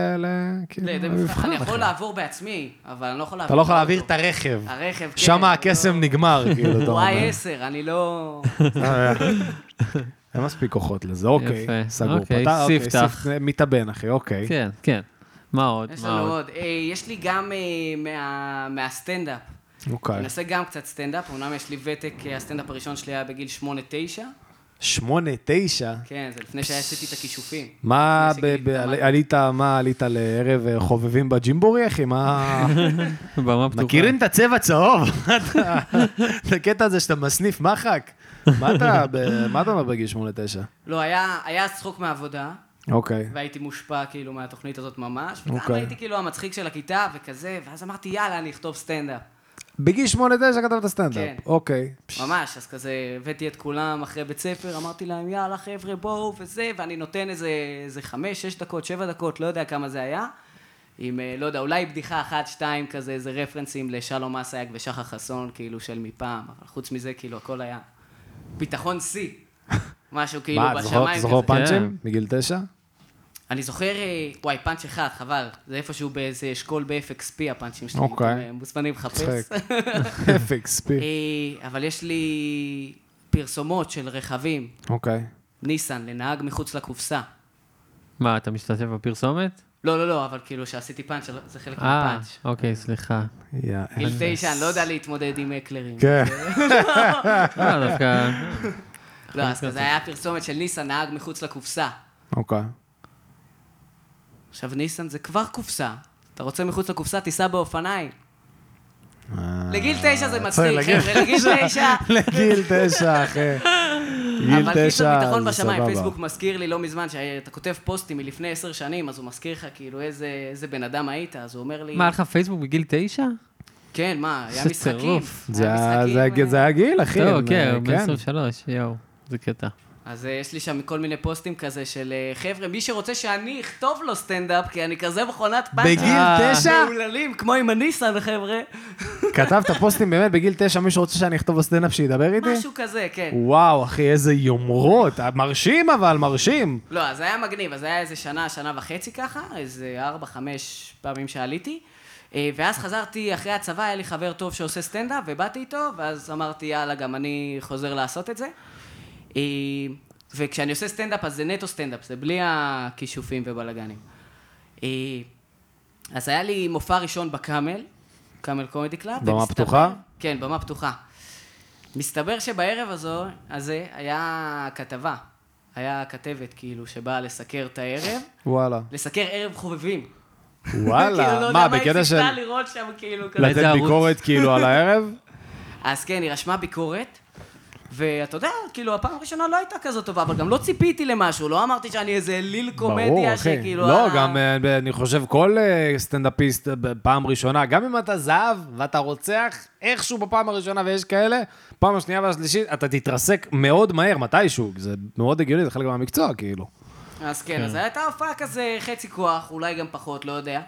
אני יכול לעבור בעצמי, אבל אני לא יכול לעבור... אתה לא יכול להעביר את הרכב. הרכב, כן. שם הקסם נגמר, כאילו, אתה אומר. וואי עשר, אני לא... אין מספיק כוחות לזה, אוקיי, סגור. אוקיי, ספתח. מתאבן, אחי, אוקיי. כן, כן. מה עוד? יש לנו עוד. יש לי גם מהסטנדאפ. אוקיי. אני עושה גם קצת סטנדאפ, אומנם יש לי ותק, הסטנדאפ הראשון שלי היה בגיל שמונה תשע. שמונה תשע? כן, זה לפני שעשיתי את הכישופים. מה, עלית, מה, עלית לערב חובבים בג'ימבורי, אחי? מה... מכירים את הצבע צהוב? את הקטע הזה שאתה מסניף מחק? מה אתה אומר בגיל שמונה תשע? לא, היה צחוק מהעבודה. אוקיי. והייתי מושפע כאילו מהתוכנית הזאת ממש. וגם הייתי כאילו המצחיק של הכיתה וכזה, ואז אמרתי, יאללה, אני אכתוב סטנדאפ. בגיל שמונה תשע כתבת סטנדאפ? כן. אוקיי. ממש, אז כזה הבאתי את כולם אחרי בית ספר, אמרתי להם, יאללה חבר'ה, בואו וזה, ואני נותן איזה, איזה חמש, שש דקות, שבע דקות, לא יודע כמה זה היה, עם, לא יודע, אולי בדיחה אחת, שתיים כזה, איזה רפרנסים לשלום אסייג ושחר חסון, כאילו של מפעם, אבל חוץ מזה, כאילו, הכל היה ביטחון C. משהו כאילו בשמיים כזה. זוכר פאנצ'ים מגיל תשע? אני זוכר, וואי, פאנץ' אחד, חבל, זה איפשהו באיזה אשכול ב-אף אקס פי, הפאנצ'ים שלי, אוקיי. מוזמנים לחפש. אף אקס פי. אבל יש לי פרסומות של רכבים. אוקיי. ניסן, לנהג מחוץ לקופסה. מה, אתה משתתף בפרסומת? לא, לא, לא, אבל כאילו שעשיתי פאנץ', זה חלק אה, מפאנץ'. אוקיי, סליחה. גיל תשע, אני לא יודע להתמודד עם אקלרים. כן. לא, דווקא... לא, אז זה היה פרסומת של ניסן, נהג מחוץ לקופסה. אוקיי. עכשיו, ניסן זה כבר קופסה. אתה רוצה מחוץ לקופסה, תיסע באופניים. לגיל תשע זה מצחיק, חבר'ה, לגיל תשע. לגיל תשע, אחי. גיל אבל קיצור תשע, ביטחון זה בשמיים, סבבה. פייסבוק מזכיר לי לא מזמן, שאתה כותב פוסטים מלפני עשר שנים, אז הוא מזכיר לך כאילו איזה בן אדם היית, אז הוא אומר לי... מה, היה לך פייסבוק בגיל תשע? כן, מה, היה זה משחקים. טירוף. זה היה היה- משחקים, זה היה- זה היה גיל, אחי. טוב, הם, כן, כן. עשרים ושלוש, יואו, זה קטע. אז יש לי שם כל מיני פוסטים כזה של חבר'ה, מי שרוצה שאני אכתוב לו סטנדאפ, כי אני כזה מכונת פאנץ' בגיל תשע? מעוללים, כמו עם הניסן, חבר'ה. כתבת פוסטים באמת בגיל תשע, מישהו רוצה שאני אכתוב בסטנדאפ שידבר איתי? משהו כזה, כן. וואו, אחי, איזה יומרות. מרשים אבל, מרשים. לא, אז זה היה מגניב, אז היה איזה שנה, שנה וחצי ככה, איזה ארבע, חמש פעמים שעליתי, ואז חזרתי אחרי הצבא, היה לי חבר טוב שעושה סטנדאפ, ובאתי איתו, ואז אמרתי, יאללה, גם אני חוזר לעשות את זה. וכשאני עושה סטנדאפ, אז זה נטו סטנדאפ, זה בלי הכישופים ובלגנים. אז היה לי מופע ראשון בקאמל, קאמל קומדי קלאב. במה פתוחה? כן, במה פתוחה. מסתבר שבערב הזו, הזה היה כתבה, היה כתבת כאילו שבאה לסקר את הערב, וואלה. לסקר ערב חובבים. וואלה. מה, בקטע של... כאילו, לא יודע מה היא ציפתה לראות שם כאילו כזה. לתת ביקורת כאילו על הערב? אז כן, היא רשמה ביקורת, ואתה יודע, כאילו, הפעם הראשונה לא הייתה כזאת טובה, אבל גם לא ציפיתי למשהו, לא אמרתי שאני איזה ליל קומדיה שכאילו... לא, גם אני חושב כל סטנדאפיסט בפעם ראשונה, גם אם אתה זהב ואתה רוצח איכשהו בפעם הראשונה ויש כאלה, פעם השנייה והשלישית, אתה תתרסק מאוד מהר, מתישהו, זה מאוד הגיוני, זה חלק מהמקצוע, כאילו. אז כן, אז הייתה הופעה כזה חצי כוח, אולי גם פחות, לא יודע.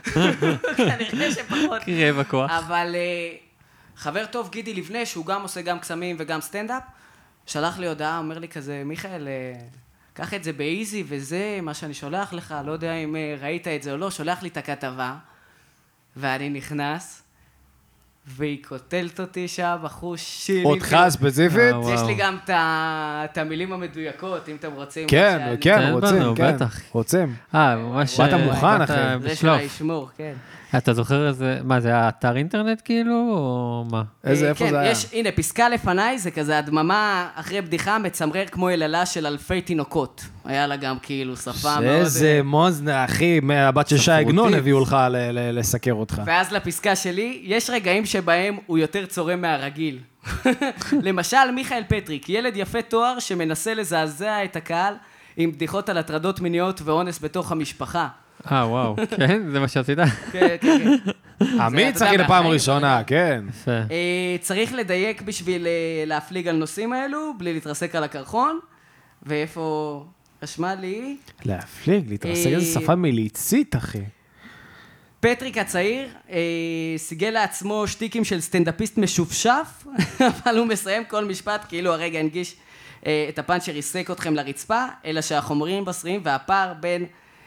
כנראה שפחות. רבע כוח. אבל... חבר טוב, גידי לבנה, שהוא גם עושה גם קסמים וגם סטנדאפ, שלח לי הודעה, אומר לי כזה, מיכאל, קח את זה באיזי וזה, מה שאני שולח לך, לא יודע אם ראית את זה או לא, שולח לי את הכתבה, ואני נכנס, והיא קוטלת אותי שם, בחוש שירים. אותך ספציפית? יש לי גם את המילים המדויקות, אם אתם רוצים. כן, כן, רוצים, כן. רוצים. אה, ממש... באת מוכן, אחי. זה של הישמור, כן. אתה זוכר איזה, מה, זה היה אתר אינטרנט כאילו, או מה? איזה, איפה זה היה? הנה, פסקה לפניי, זה כזה הדממה אחרי בדיחה מצמרר כמו יללה של אלפי תינוקות. היה לה גם כאילו שפה מאוד... איזה מוזנה, אחי, מהבת של שי עגנון הביאו לך לסקר אותך. ואז לפסקה שלי, יש רגעים שבהם הוא יותר צורם מהרגיל. למשל, מיכאל פטריק, ילד יפה תואר שמנסה לזעזע את הקהל עם בדיחות על הטרדות מיניות ואונס בתוך המשפחה. אה, וואו, כן? זה מה שעשית? כן, כן, כן. אמיץ, אחי, לפעם ראשונה, כן. צריך לדייק בשביל להפליג על נושאים האלו, בלי להתרסק על הקרחון, ואיפה רשמה לי? להפליג, להתרסק איזה שפה מיליצית, אחי. פטריק הצעיר סיגל לעצמו שטיקים של סטנדאפיסט משופשף, אבל הוא מסיים כל משפט כאילו הרגע הנגיש את הפאנץ' שריסק אתכם לרצפה, אלא שהחומרים בשריים והפער בין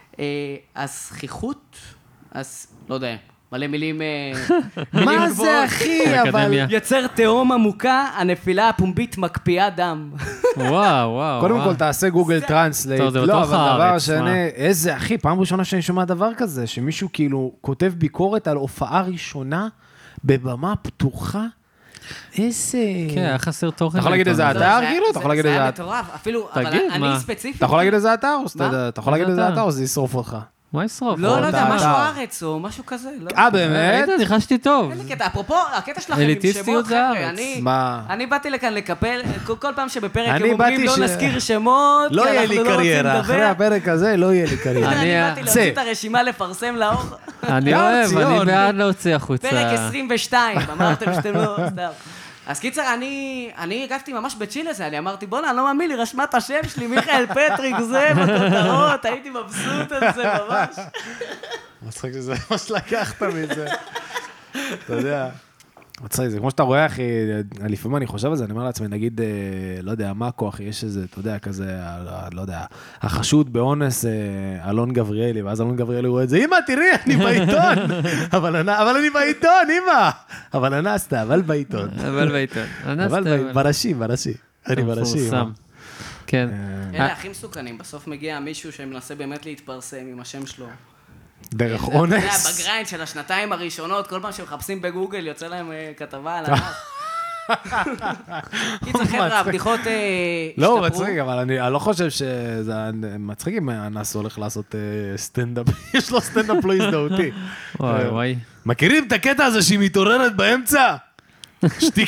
הזכיחות, אז לא יודע, מלא מילים... מה זה, אחי, אבל... יוצר תהום עמוקה, הנפילה הפומבית מקפיאה דם. וואו, וואו. קודם כל, תעשה גוגל טרנסלייט. טוב, זה לא, בתוך אבל דבר הארץ, שני, איזה, אחי, פעם ראשונה שאני שומע דבר כזה, שמישהו כאילו כותב ביקורת על הופעה ראשונה בבמה פתוחה, איזה... כן, היה חסר תוכן. אתה יכול להגיד איזה אתר, כאילו? אתה יכול להגיד איזה זה היה אתר? מטורף, אפילו, אבל תגיד, אני מה? ספציפית... אתה יכול להגיד איזה אתר? מה? אתה יכול להגיד איזה איזה אתר אתר? או זה ישרוף אותך? מה ישרוף? לא, לא יודע, אתה- משהו אתה- הארץ או משהו כזה. לא. אה, באמת? ראית, ניחשתי טוב. אין לי קטע, אפרופו, הקטע שלכם עם אליטיסטיות שמות, זה חבר'ה, הארץ. אני... מה? אני באתי לכאן לקפל, כל, כל פעם שבפרק אני הם אומרים באתי לא ש- נזכיר שמות, לא כי יהיה אנחנו לי לא רוצים קריירה, לדבר. אחרי הפרק הזה לא יהיה לי קריירה. אני אני- באתי להוציא צא. את הרשימה לפרסם לאור. אני גם אוהב, ציון. אני בעד להוציא החוצה. פרק עשרים ושתיים, אמרתם שאתם לא... סתם. אז קיצר, אני, אני הגבתי ממש בצ'יל לזה, אני אמרתי, בוא'נה, אני לא מאמין לי, רשמה את השם שלי, מיכאל פטריק, זה, בכותרות, הייתי מבסוט על זה ממש. מצחיק שזה מה שלקחת מזה. אתה יודע. מצחיק, זה כמו שאתה רואה, אחי, לפעמים אני חושב על זה, אני אומר לעצמי, נגיד, לא יודע, מה הכוח, יש איזה, אתה יודע, כזה, לא יודע, החשוד באונס אלון גבריאלי, ואז אלון גבריאלי רואה את זה, אמא, תראי, אני בעיתון, אבל אני בעיתון, אמא, אבל אנסת, אבל בעיתון. אבל בעיתון. אבל בראשי, בראשי. אני בראשי, אמא. כן. אלה הכי מסוכנים, בסוף מגיע מישהו שמנסה באמת להתפרסם עם השם שלו. דרך אונס. זה בגריינד של השנתיים הראשונות, כל פעם שמחפשים בגוגל, יוצא להם כתבה על הנס. קיצר חבר'ה, הבדיחות השתפרו. לא, מצחיק, אבל אני לא חושב שזה מצחיק אם הנס הולך לעשות סטנדאפ, יש לו סטנדאפ לא הזדהותי. וואי וואי. מכירים את הקטע הזה שהיא מתעוררת באמצע? שתיק.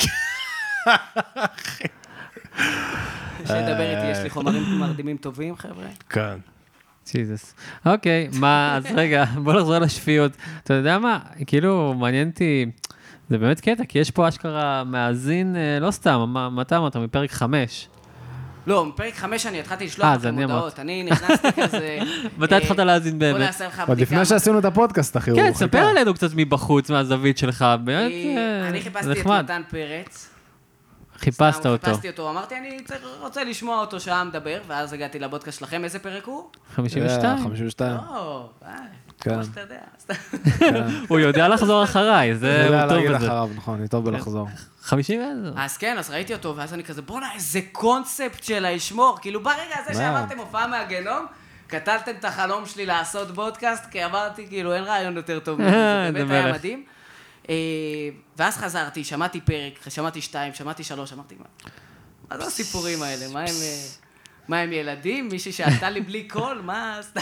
שידבר איתי, יש לי חומרים מרדימים טובים, חבר'ה. כן. ג'יזוס. אוקיי, מה, אז רגע, בוא נחזור לשפיות. אתה יודע מה, כאילו, מעניין אותי, זה באמת קטע, כי יש פה אשכרה מאזין, לא סתם, מה אתה אמרת, מפרק חמש. לא, מפרק חמש אני התחלתי לשלוח לכם הודעות, אני נכנסתי כזה... מתי התחלת להאזין באמת? בוא נעשה לך בדיקה. עוד לפני שעשינו את הפודקאסט, אחי. כן, תספר עלינו קצת מבחוץ, מהזווית שלך, באמת, אני חיפשתי את מתן פרץ. חיפשת אותו. חיפשתי אותו, אמרתי, אני רוצה לשמוע אותו שעה מדבר, ואז הגעתי לבודקאסט שלכם, איזה פרק הוא? חמישים ושתיים. חמישים ושתיים. או, כמו שאתה יודע. הוא יודע לחזור אחריי, זה הוא טוב בזה. אחריו, נכון, אני טוב בלחזור. חמישים ואיזה. אז כן, אז ראיתי אותו, ואז אני כזה, בוא'נה, איזה קונספט של הישמור, כאילו ברגע הזה שאמרתם הופעה מהגנום, קטלתם את החלום שלי לעשות בודקאסט, כי אמרתי, כאילו, אין רעיון יותר טוב, זה באמת היה מדהים. ואז חזרתי, שמעתי פרק, שמעתי שתיים, שמעתי שלוש, אמרתי, מה זה הסיפורים האלה? מה הם... מה הם ילדים? מישהי שעלתה לי בלי קול? מה? סתם.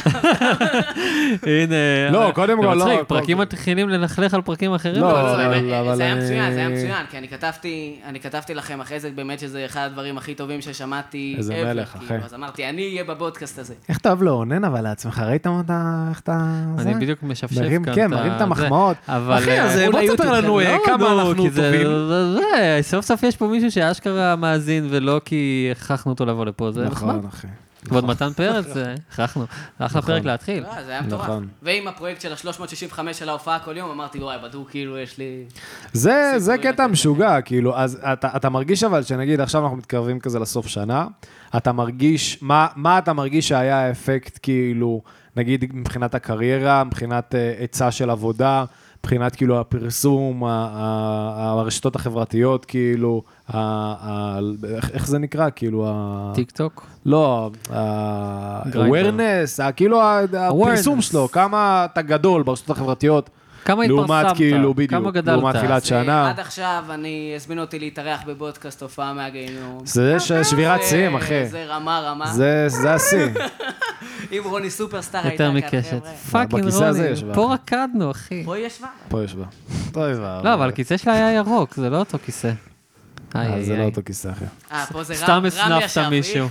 הנה. לא, קודם כל, לא. פרקים מתחילים לנחלך על פרקים אחרים. לא, זה היה מצוין, זה היה מצוין, כי אני כתבתי, אני כתבתי לכם אחרי זה, באמת שזה אחד הדברים הכי טובים ששמעתי. איזה מלך, אחי. אז אמרתי, אני אהיה בבודקאסט הזה. איך אתה אוהב לעונן אבל לעצמך? ראיתם אותה, איך אתה... אני בדיוק משפשף כאן. כן, מרים את המחמאות. אחי, אז בוא תספר לנו כמה אנחנו טובים. סוף סוף יש פה מישהו שאשכרה מאזין, ולא כי הכרחנו אותו לבוא לפה. זה נחמד. אחי. כבוד מתן פרץ, הכרחנו. אחלה פרק להתחיל. זה היה מטורף. ועם הפרויקט של ה-שלוש מאות שישים וחמש של ההופעה כל יום, אמרתי, וואי, בדוק, כאילו, יש לי... זה קטע משוגע, כאילו, אז אתה מרגיש אבל, שנגיד, עכשיו אנחנו מתקרבים כזה לסוף שנה, אתה מרגיש, מה אתה מרגיש שהיה האפקט, כאילו, נגיד, מבחינת הקריירה, מבחינת עצה של עבודה, מבחינת כאילו הפרסום, הרשתות החברתיות, כאילו, איך זה נקרא? כאילו, טיק טוק? לא, ה-awareness, כאילו הפרסום שלו, כמה אתה גדול ברשתות החברתיות, כמה לעומת כאילו, בדיוק, לעומת תחילת שנה. עד עכשיו אני הזמין אותי להתארח בבודקאסט הופעה מהגיהנום. זה שבירת שיאים, אחי. זה רמה רמה. זה השיא. עם רוני סופרסטאר הייתה יותר כאן, מקשת. פאקינג רוני, פה רקדנו, אחי. פה ישבה. פה ישבה. לא, אבל הכיסא שלה היה ירוק, זה לא אותו כיסא. זה לא אותו כיסא, אחי. אה, פה זה סתם הסנפת מישהו.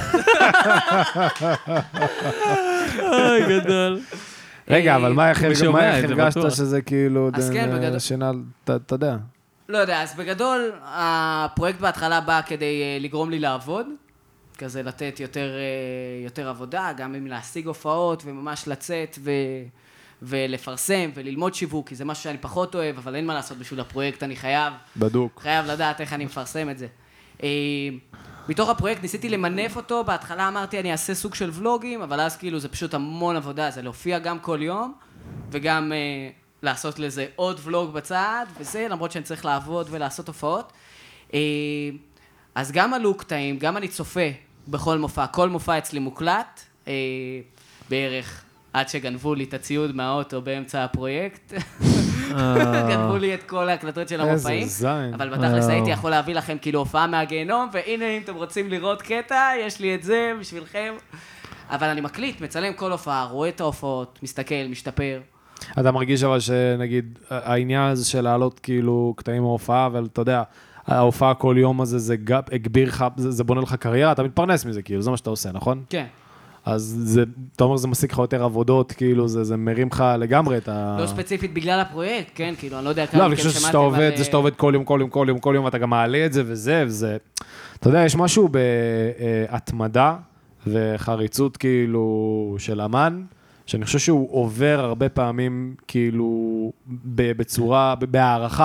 אוי, גדול. רגע, אבל מה איך הרגשת שזה כאילו... אז כן, בגדול. שינה, אתה יודע. לא יודע, אז בגדול, הפרויקט בהתחלה בא כדי לגרום לי לעבוד, כזה לתת יותר, יותר עבודה, גם אם להשיג הופעות וממש לצאת ו... ולפרסם וללמוד שיווק, כי זה משהו שאני פחות אוהב, אבל אין מה לעשות בשביל הפרויקט, אני חייב... בדוק. חייב לדעת איך אני מפרסם את זה. מתוך הפרויקט ניסיתי למנף אותו, בהתחלה אמרתי אני אעשה סוג של ולוגים, אבל אז כאילו זה פשוט המון עבודה, זה להופיע גם כל יום, וגם אה, לעשות לזה עוד ולוג בצד, וזה למרות שאני צריך לעבוד ולעשות הופעות. אה, אז גם עלו קטעים, גם אני צופה בכל מופע, כל מופע אצלי מוקלט, אה, בערך עד שגנבו לי את הציוד מהאוטו באמצע הפרויקט. גנבו לי את כל ההקלטות של המופעים. איזה זין. אבל בתכלס הייתי יכול להביא לכם כאילו הופעה מהגיהנום, והנה אם אתם רוצים לראות קטע, יש לי את זה בשבילכם. אבל אני מקליט, מצלם כל הופעה, רואה את ההופעות, מסתכל, משתפר. אתה מרגיש אבל שנגיד, העניין הזה של לעלות כאילו קטעים מההופעה, אבל אתה יודע, ההופעה כל יום הזה, זה הגביר לך, זה בונה לך קריירה, אתה מתפרנס מזה, כאילו, זה מה שאתה עושה, נכון? כן. אז זה, אתה אומר, זה מסיק לך יותר עבודות, כאילו, זה, זה מרים לך לגמרי את ה... לא ספציפית בגלל הפרויקט, כן, כאילו, אני לא יודע כמה... לא, אני חושב שאתה עובד, זה שאתה עובד כל יום, כל יום, כל יום, כל יום, ואתה גם מעלה את זה וזה, וזה... אתה יודע, יש משהו בהתמדה וחריצות, כאילו, של אמן, שאני חושב שהוא עובר הרבה פעמים, כאילו, בצורה, בהערכה,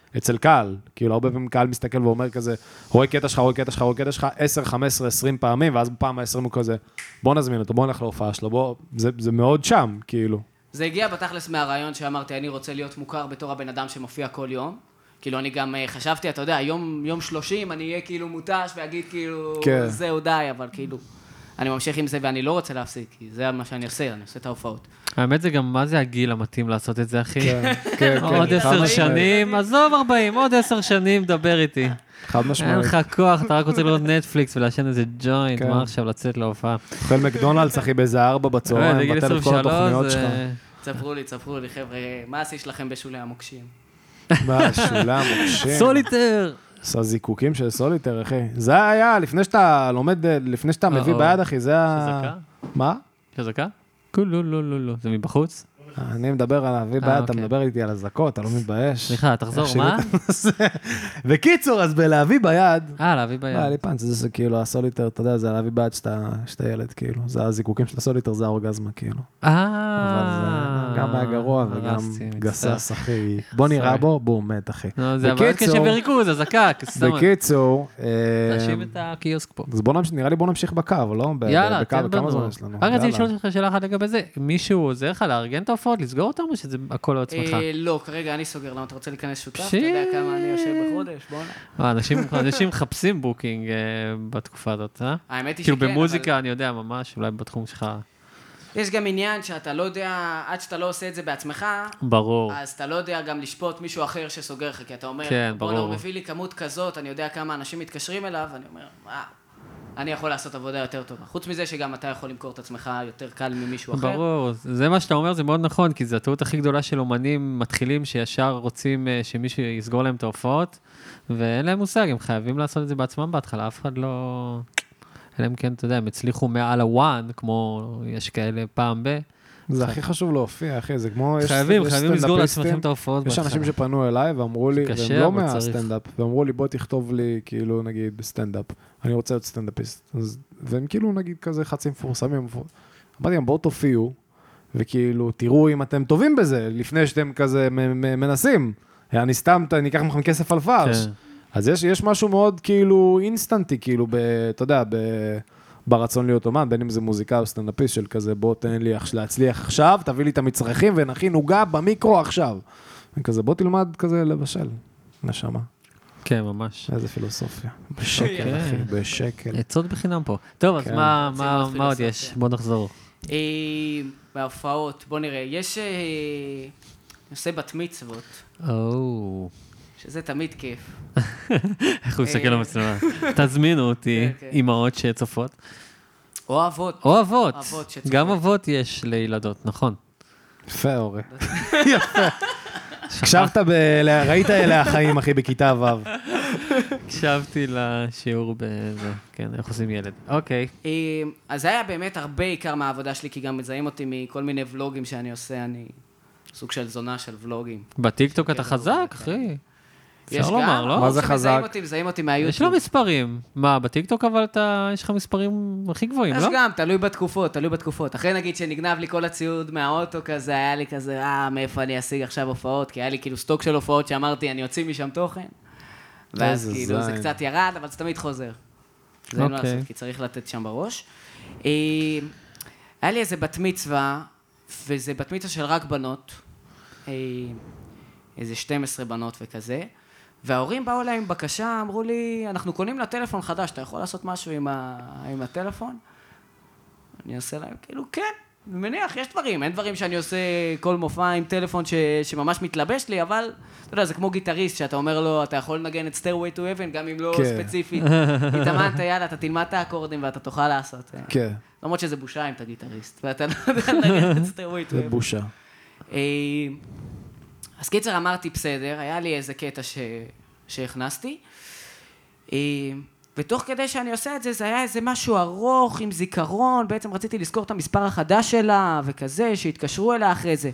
אצל קהל, כאילו הרבה פעמים קהל מסתכל ואומר כזה, רואה קטע שלך, רואה קטע שלך, רואה קטע שלך, עשר, חמש עשרה, עשרים פעמים, ואז בפעם ה-עשרים הוא כזה, בוא נזמין אותו, בוא נלך להופעה שלו, בוא, זה, זה מאוד שם, כאילו. זה הגיע בתכלס מהרעיון שאמרתי, אני רוצה להיות מוכר בתור הבן אדם שמופיע כל יום. כאילו, אני גם חשבתי, אתה יודע, יום, יום שלושים, אני אהיה כאילו מוטש ואגיד כאילו, כן. זהו די, אבל כאילו, אני ממשיך עם זה ואני לא רוצה להפסיק, כי זה מה שאני עושה, אני עושה את ההופעות. האמת זה גם, מה זה הגיל המתאים לעשות את זה, אחי? כן, כן, עוד עשר שנים, עזוב ארבעים, עוד עשר שנים, דבר איתי. חד משמעית. אין לך כוח, אתה רק רוצה לראות נטפליקס ולעשן איזה ג'וינט, כן. מה עכשיו לצאת להופעה? אוכל מקדונלדס, אחי, באיזה ארבע בצהריים, בטל כל התוכניות שלך. צפרו לי, צפרו לי, חבר'ה, מה עשי שלכם בשולי המוקשים? מה, שולה מוקשים. סוליטר! עשה זיקוקים של סוליטר, אחי. זה היה, לפני שאתה לומד, לפני שאתה מביא ביד, אחי, זה ה... חזקה? מה? חזקה? לא, לא, לא, לא. זה מבחוץ? אני מדבר על להביא ביד, אתה מדבר איתי על הזקות, אתה לא מתבייש. סליחה, תחזור, מה? בקיצור, אז בלהביא ביד... אה, להביא ביד. לא, לי פאנץ, זה כאילו, הסוליטר, אתה יודע, זה להביא ביד שאתה ילד, כאילו. זה הזיקוקים של הסוליטר, זה האורגזמה, כאילו. אה... אבל זה גם היה גרוע וגם גסס, אחי. בוא נראה בו, בום, מת, אחי. זה הבעיות קשה וריכוז, הזקה. בקיצור... תשים את הקיוסק פה. אז נראה לי בוא נמשיך בקו, לא? יאללה, תן כמה בנו. זמן יש לנו? רק רציתי לשאול אותך שאלה אחת לגבי זה. מישהו עוזר לך לארגן את ההופעות, לסגור אותם, או שזה הכל על עצמך? לא, כרגע אני סוגר. למה אתה רוצה להיכנס שותף? אתה יודע כמה אני יושב בחודש? בוא נע. אנשים מחפשים בוקינג בתקופה הזאת, אה? האמת היא שכן, כאילו במוזיקה, אני יודע ממש, אולי בתחום שלך. יש גם עניין שאתה לא יודע, עד שאתה לא עושה את זה בעצמך, ברור. אז אתה לא יודע גם לשפוט מישהו אחר שסוגר לך, כי אתה אומר, כן, בוא ברור. לא מביא לי כמות כזאת, אני יודע כמה אנשים מתקשרים אליו, אני אומר, מה, אני יכול לעשות עבודה יותר טובה. חוץ מזה שגם אתה יכול למכור את עצמך יותר קל ממישהו אחר. ברור, זה מה שאתה אומר, זה מאוד נכון, כי זו הטעות הכי גדולה של אומנים מתחילים שישר רוצים שמישהו יסגור להם את ההופעות, ואין להם מושג, הם חייבים לעשות את זה בעצמם בהתחלה, אף אחד לא... אלא אם כן, אתה יודע, הם הצליחו מעל הוואן, כמו יש כאלה פעם ב... זה הכי חשוב להופיע, אחי, זה כמו... חייבים, חייבים לסגור לעצמכם את ההופעות בהתחלה. יש אנשים שפנו אליי ואמרו לי, והם לא מהסטנדאפ, ואמרו לי, בוא תכתוב לי, כאילו, נגיד, סטנדאפ. אני רוצה להיות סטנדאפיסט. והם כאילו, נגיד, כזה חצי מפורסמים. אמרתי גם, בואו תופיעו, וכאילו, תראו אם אתם טובים בזה, לפני שאתם כזה מנסים. אני סתם, אני אקח מכם כסף על פרש. אז יש, יש משהו מאוד כאילו אינסטנטי, כאילו, ב, אתה יודע, ב, ברצון להיות אומן, בין אם זה מוזיקה או סטנדאפיסט של כזה, בוא תן לי להצליח עכשיו, תביא לי את המצרכים ונכין עוגה במיקרו עכשיו. וכזה, בוא תלמד כזה לבשל, נשמה. כן, ממש. איזה פילוסופיה. בשקל, אחי, בשקל. עצות בחינם פה. טוב, אז מה, מה, מה עוד יש? בוא נחזור. בהופעות, בוא נראה, יש נושא בת מצוות. או... שזה תמיד כיף. איך הוא מסתכל למצלמה? תזמינו אותי, אמהות שצופות. או אבות. או אבות. גם אבות יש לילדות, נכון. יפה, אורי. יפה. הקשבת, ראית אלה החיים, אחי, בכיתה ו'. הקשבתי לשיעור בזה, כן, איך עושים ילד. אוקיי. אז זה היה באמת הרבה עיקר מהעבודה שלי, כי גם מזהים אותי מכל מיני ולוגים שאני עושה, אני סוג של זונה של ולוגים. בטיקטוק אתה חזק, אחי. אפשר לומר, לא? מה זה חזק? מזהים אותי מהיוטיוב. יש לו מספרים. מה, בטיקטוק אבל אתה, יש לך מספרים הכי גבוהים, לא? יש גם, תלוי בתקופות, תלוי בתקופות. אחרי נגיד שנגנב לי כל הציוד מהאוטו כזה, היה לי כזה, אה, מאיפה אני אשיג עכשיו הופעות? כי היה לי כאילו סטוק של הופעות שאמרתי, אני יוציא משם תוכן. ואז כאילו זה קצת ירד, אבל זה תמיד חוזר. זה אין מה לעשות, כי צריך לתת שם בראש. היה לי איזה בת מצווה, וזה בת מצווה של רק בנות, איזה שתים עשרה בנות וכזה. וההורים באו אליי עם בקשה, אמרו לי, אנחנו קונים לה טלפון חדש, אתה יכול לעשות משהו עם, ה... עם הטלפון? אני עושה להם, כאילו, כן, אני מניח, יש דברים, אין דברים שאני עושה כל מופע עם טלפון ש... שממש מתלבש לי, אבל, אתה יודע, זה כמו גיטריסט, שאתה אומר לו, אתה יכול לנגן את Stairway to Heaven, גם אם לא כן. ספציפית. התאמנת, יאללה, אתה תלמד את האקורדים ואתה תוכל לעשות. כן. למרות שזה בושה אם אתה גיטריסט, ואתה לא יודע לנגן את Stairway to Heaven. זה בושה. אז קיצר אמרתי בסדר, היה לי איזה קטע ש... שהכנסתי, ותוך כדי שאני עושה את זה, זה היה איזה משהו ארוך עם זיכרון, בעצם רציתי לזכור את המספר החדש שלה, וכזה, שהתקשרו אליה אחרי זה.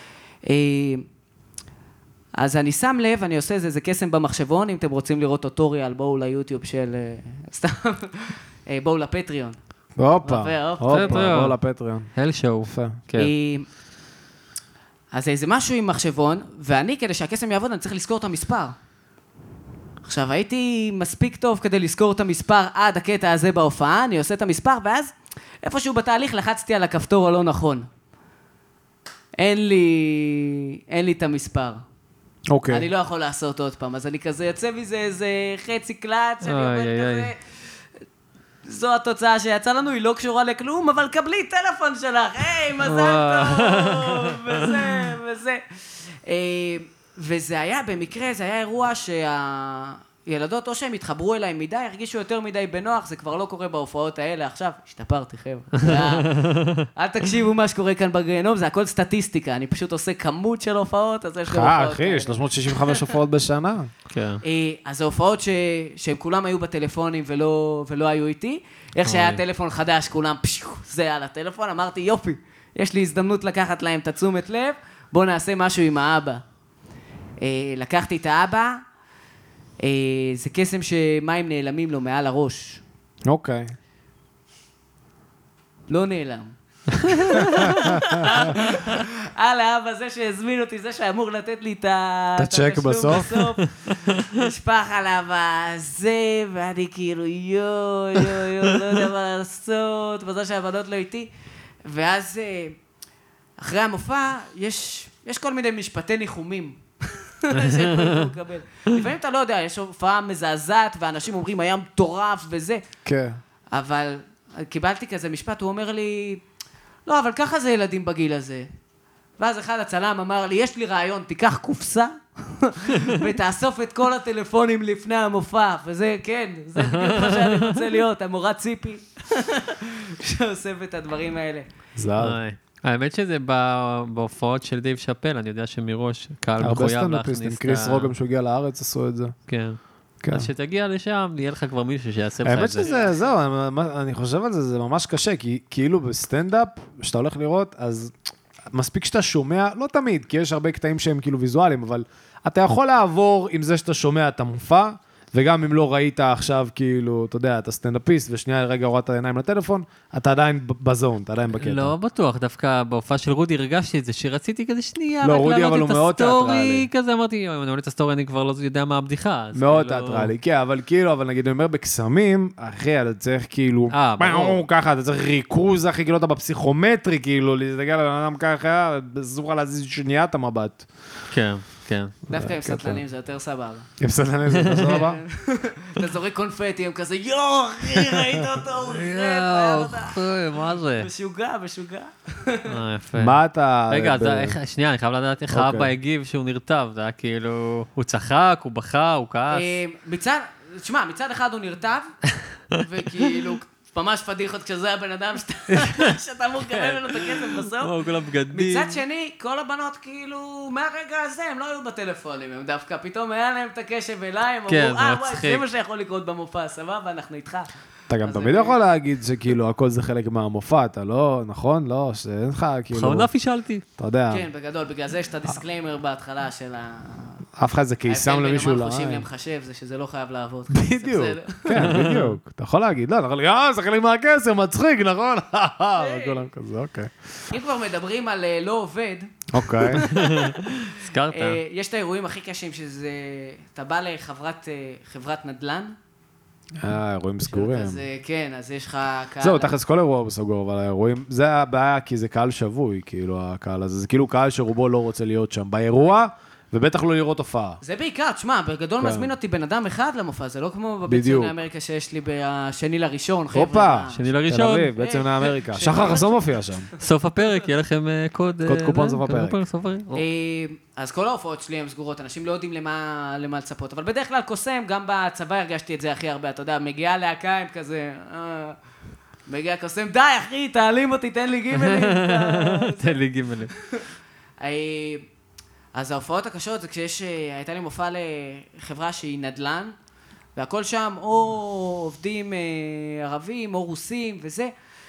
אז אני שם לב, אני עושה איזה, איזה קסם במחשבון, אם אתם רוצים לראות טוטוריאל, בואו ליוטיוב של... סתם, בואו לפטריון. הופה, הופה, בואו לפטריון. הל שואו. יפה. כן. אז זה משהו עם מחשבון, ואני, כדי שהקסם יעבוד, אני צריך לזכור את המספר. עכשיו, הייתי מספיק טוב כדי לזכור את המספר עד הקטע הזה בהופעה, אני עושה את המספר, ואז איפשהו בתהליך לחצתי על הכפתור הלא נכון. אין לי, אין לי את המספר. אוקיי. אני לא יכול לעשות עוד פעם, אז אני כזה יוצא מזה איזה חצי קלאץ', אני אומר כזה... זו התוצאה שיצא לנו, היא לא קשורה לכלום, אבל קבלי טלפון שלך, היי, מזל טוב, וזה, וזה. וזה היה, במקרה, זה היה אירוע שהילדות, או שהם התחברו אליי מדי, הרגישו יותר מדי בנוח, זה כבר לא קורה בהופעות האלה. עכשיו, השתפרתי, חבר'ה. אל תקשיבו מה שקורה כאן בגיהנום, זה הכל סטטיסטיקה, אני פשוט עושה כמות של הופעות, אז יש לי הופעות. אחי, שלוש מאות שישים וחמש הופעות בשנה. אז זה הופעות שהם כולם היו בטלפונים ולא היו איתי. איך שהיה טלפון חדש, כולם זה על הטלפון, אמרתי, יופי, יש לי הזדמנות לקחת להם את תשומת לב, בואו נעשה משהו עם האבא. לקחתי את האבא, זה קסם שמים נעלמים לו מעל הראש. אוקיי. לא נעלם. על האבא, זה שהזמין אותי, זה שאמור לתת לי את הצ'ק בסוף. נשפח עליו הזה, ואני כאילו יו, יו, יו, לא יודע מה לעשות, וזה שהבנות לא איתי. ואז אחרי המופע, יש כל מיני משפטי ניחומים. לפעמים אתה לא יודע, יש הופעה מזעזעת, ואנשים אומרים, היה מטורף וזה. כן. אבל קיבלתי כזה משפט, הוא אומר לי, לא, אבל ככה זה ילדים בגיל הזה. ואז אחד הצלם אמר לי, יש לי רעיון, תיקח קופסה, ותאסוף את כל הטלפונים לפני המופע. וזה, כן, זה בדיוק מה שאני רוצה להיות, המורה ציפי, שאוסף את הדברים האלה. זר. האמת שזה בהופעות של דייב שאפל, אני יודע שמראש קהל מחויב להכניס את ה... הרבה סטנדאפיסטים, קריס רוגם שהגיע לארץ עשו את זה. כן. אז שתגיע לשם, יהיה לך כבר מישהו שיעשה לך את זה. האמת שזה, זהו, אני חושב על זה, זה ממש קשה, כי כאילו בסטנדאפ, שאתה הולך לראות, אז מספיק שאתה שומע, לא תמיד, כי יש הרבה קטעים שהם כאילו ויזואליים, אבל אתה יכול לעבור עם זה שאתה שומע את המופע, וגם אם לא ראית עכשיו, כאילו, אתה יודע, אתה סטנדאפיסט, ושנייה רגע הורדת העיניים לטלפון, אתה עדיין בזון, אתה עדיין בקטע. לא בטוח, דווקא בהופעה של רודי הרגשתי את זה, שרציתי כזה שנייה, לא, רודי אבל הוא מאוד תיאטרלי. כזה אמרתי, אם אני עולה את הסטורי, אני כבר לא יודע מה הבדיחה. מאוד תיאטרלי, כן, אבל כאילו, אבל נגיד, אני אומר, בקסמים, אחי, אתה צריך כאילו, ככה, אתה צריך ריכוז, אחי, כאילו, אתה בפסיכומטרי, כאילו, להסתכל על האדם ככה, זוכר להזיז שנייה את המבט. כן. כן. דווקא עם סטלנים זה יותר סבבה. עם סטלנים זה יותר סבבה? אתה זורק קונפטי, הם כזה, יואו, אחי, ראית אותו? יואו, אחי, מה זה? משוגע, משוגע. אה, יפה. מה אתה... רגע, שנייה, אני חייב לדעת איך האבא הגיב שהוא נרטב. זה היה כאילו, הוא צחק, הוא בכה, הוא כעס. מצד, תשמע, מצד אחד הוא נרטב, וכאילו... ממש פדיחות כשזה הבן אדם שאתה אמור לקבל ממנו את הכסף בסוף. מצד שני, כל הבנות כאילו, מהרגע הזה הם לא היו בטלפונים, הם דווקא פתאום היה להם את הקשב אליי, הם אמרו, אה וואי, זה מה שיכול לקרות במופע, סבבה, אנחנו איתך. אתה גם תמיד יכול להגיד שכאילו הכל זה חלק מהמופע, אתה לא, נכון? לא, שאין לך כאילו... חמודה פישלתי. אתה יודע. כן, בגדול, בגלל זה יש את הדיסקליימר בהתחלה של ה... אף אחד זה קיסם למישהו לעין. ההבדל בין מה חושבים למחשב זה שזה לא חייב לעבוד. בדיוק, כן, בדיוק. אתה יכול להגיד, לא, אתה יכול להגיד, אה, זה חלק מהכסף, מצחיק, נכון? וכולם כזה, אוקיי. אם כבר מדברים על לא עובד, אוקיי. הזכרת. יש את האירועים הכי קשים, שזה, אתה בא לחברת נדל"ן, אה, אירועים סגורים. כן, אז יש לך קהל... זהו, תכלס כל אירוע בסגור, אבל האירועים, זה הבעיה, כי זה קהל שבוי, כאילו, הקהל הזה, זה כאילו קהל שרובו לא רוצה להיות שם באירוע, ובטח לא לראות הופעה. זה בעיקר, תשמע, בגדול מזמין אותי בן אדם אחד למופע, זה לא כמו בבית ציוני אמריקה שיש לי בשני לראשון, חבר'ה. הופה, שני לראשון. תל אביב, בית ציוני אמריקה. שחר חסום מופיע שם. סוף הפרק, יהיה לכם קוד... קוד קופון סוף הפרק. אז כל ההופעות שלי הן סגורות, אנשים לא יודעים למה לצפות, אבל בדרך כלל קוסם, גם בצבא הרגשתי את זה הכי הרבה, אתה יודע, מגיעה להקה עם כזה... מגיע קוסם, די אחי, תעלים אותי, תן לי גימלים. תן לי גימלים. אז ההופעות הקשות זה כשיש, הייתה לי מופע לחברה שהיא נדל"ן, והכל שם או עובדים ערבים או רוסים וזה,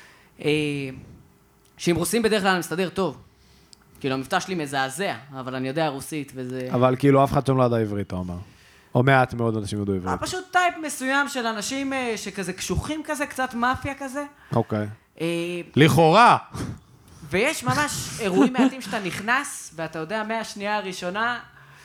שעם רוסים בדרך כלל אני מסתדר טוב. כאילו המבטא שלי מזעזע, אבל אני יודע רוסית וזה... אבל כאילו אף אחד שם לא ידע עברית, אתה אומר. או מעט מאוד אנשים יודעו עברית. פשוט טייפ מסוים של אנשים שכזה קשוחים כזה, קצת מאפיה כזה. אוקיי. לכאורה! ויש ממש אירועים מעטים שאתה נכנס, ואתה יודע, מהשנייה הראשונה,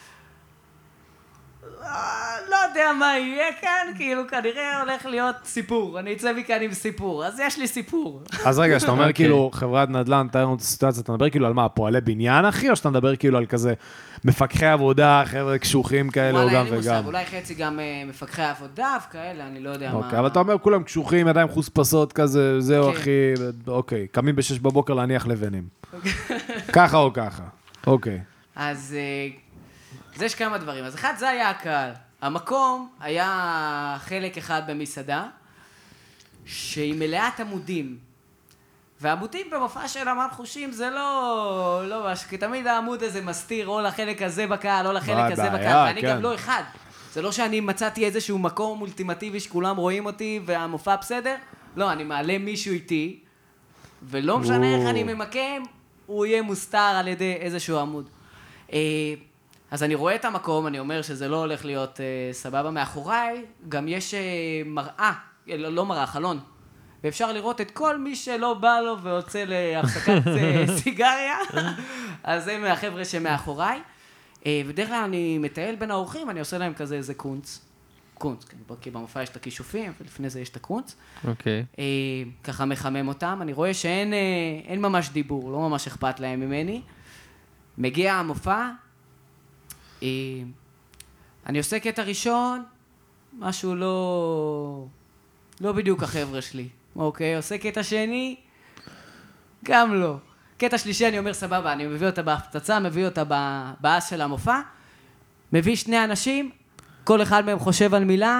לא יודע מה יהיה כאן, כאילו כנראה הולך להיות סיפור, אני אצא מכאן עם סיפור, אז יש לי סיפור. אז רגע, שאתה אומר כאילו חברת נדל"ן, תאר לנו את הסיטואציה, אתה מדבר כאילו על מה, פועלי בניין אחי, או שאתה מדבר כאילו על כזה מפקחי עבודה, חבר'ה קשוחים כאלה, או גם וגם? אולי חצי גם מפקחי עבודה וכאלה, אני לא יודע מה. אוקיי, אבל אתה אומר כולם קשוחים, ידיים חוספסות כזה, זהו אחי, אוקיי, קמים בשש בבוקר להניח לבנים. ככה או ככה, אוקיי. אז אז יש כמה דברים. אז אחד, זה היה הקהל. המקום היה חלק אחד במסעדה, שהיא מלאת עמודים. והעמודים במופע של אמן חושים זה לא... לא ממש, כי תמיד העמוד הזה מסתיר או לחלק הזה בקהל, או לחלק הזה בקהל, ואני גם לא אחד. זה לא שאני מצאתי איזשהו מקום אולטימטיבי שכולם רואים אותי והמופע בסדר. לא, אני מעלה מישהו איתי, ולא משנה איך אני ממקם, הוא יהיה מוסתר על ידי איזשהו עמוד. אז אני רואה את המקום, אני אומר שזה לא הולך להיות אה, סבבה. מאחוריי גם יש אה, מראה, לא, לא מראה, חלון. ואפשר לראות את כל מי שלא בא לו ויוצא להפסקת אה, סיגריה. אז זה מהחבר'ה שמאחוריי. אה, בדרך כלל אני מטייל בין האורחים, אני עושה להם כזה איזה קונץ. קונץ, כי במופע יש את הכישופים, ולפני זה יש את הקונץ. אוקיי. אה, ככה מחמם אותם. אני רואה שאין אה, אין ממש דיבור, לא ממש אכפת להם ממני. מגיע המופע, אני עושה קטע ראשון, משהו לא... לא בדיוק החבר'ה שלי. אוקיי, עושה קטע שני, גם לא. קטע שלישי אני אומר סבבה, אני מביא אותה בהפצצה, מביא אותה באס של המופע, מביא שני אנשים, כל אחד מהם חושב על מילה,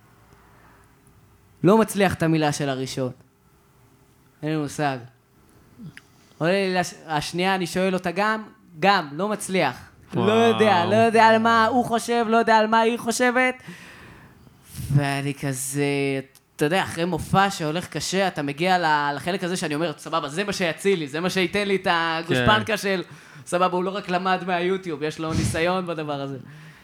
לא מצליח את המילה של הראשון. אין לי מושג. עולה לי השנייה, אני שואל אותה גם, גם, לא מצליח. לא יודע, לא יודע על מה הוא חושב, לא יודע על מה היא חושבת. ואני כזה, אתה יודע, אחרי מופע שהולך קשה, אתה מגיע לחלק הזה שאני אומר, סבבה, זה מה שיציל לי, זה מה שייתן לי את הגושפנקה של, סבבה, הוא לא רק למד מהיוטיוב, יש לו ניסיון בדבר הזה.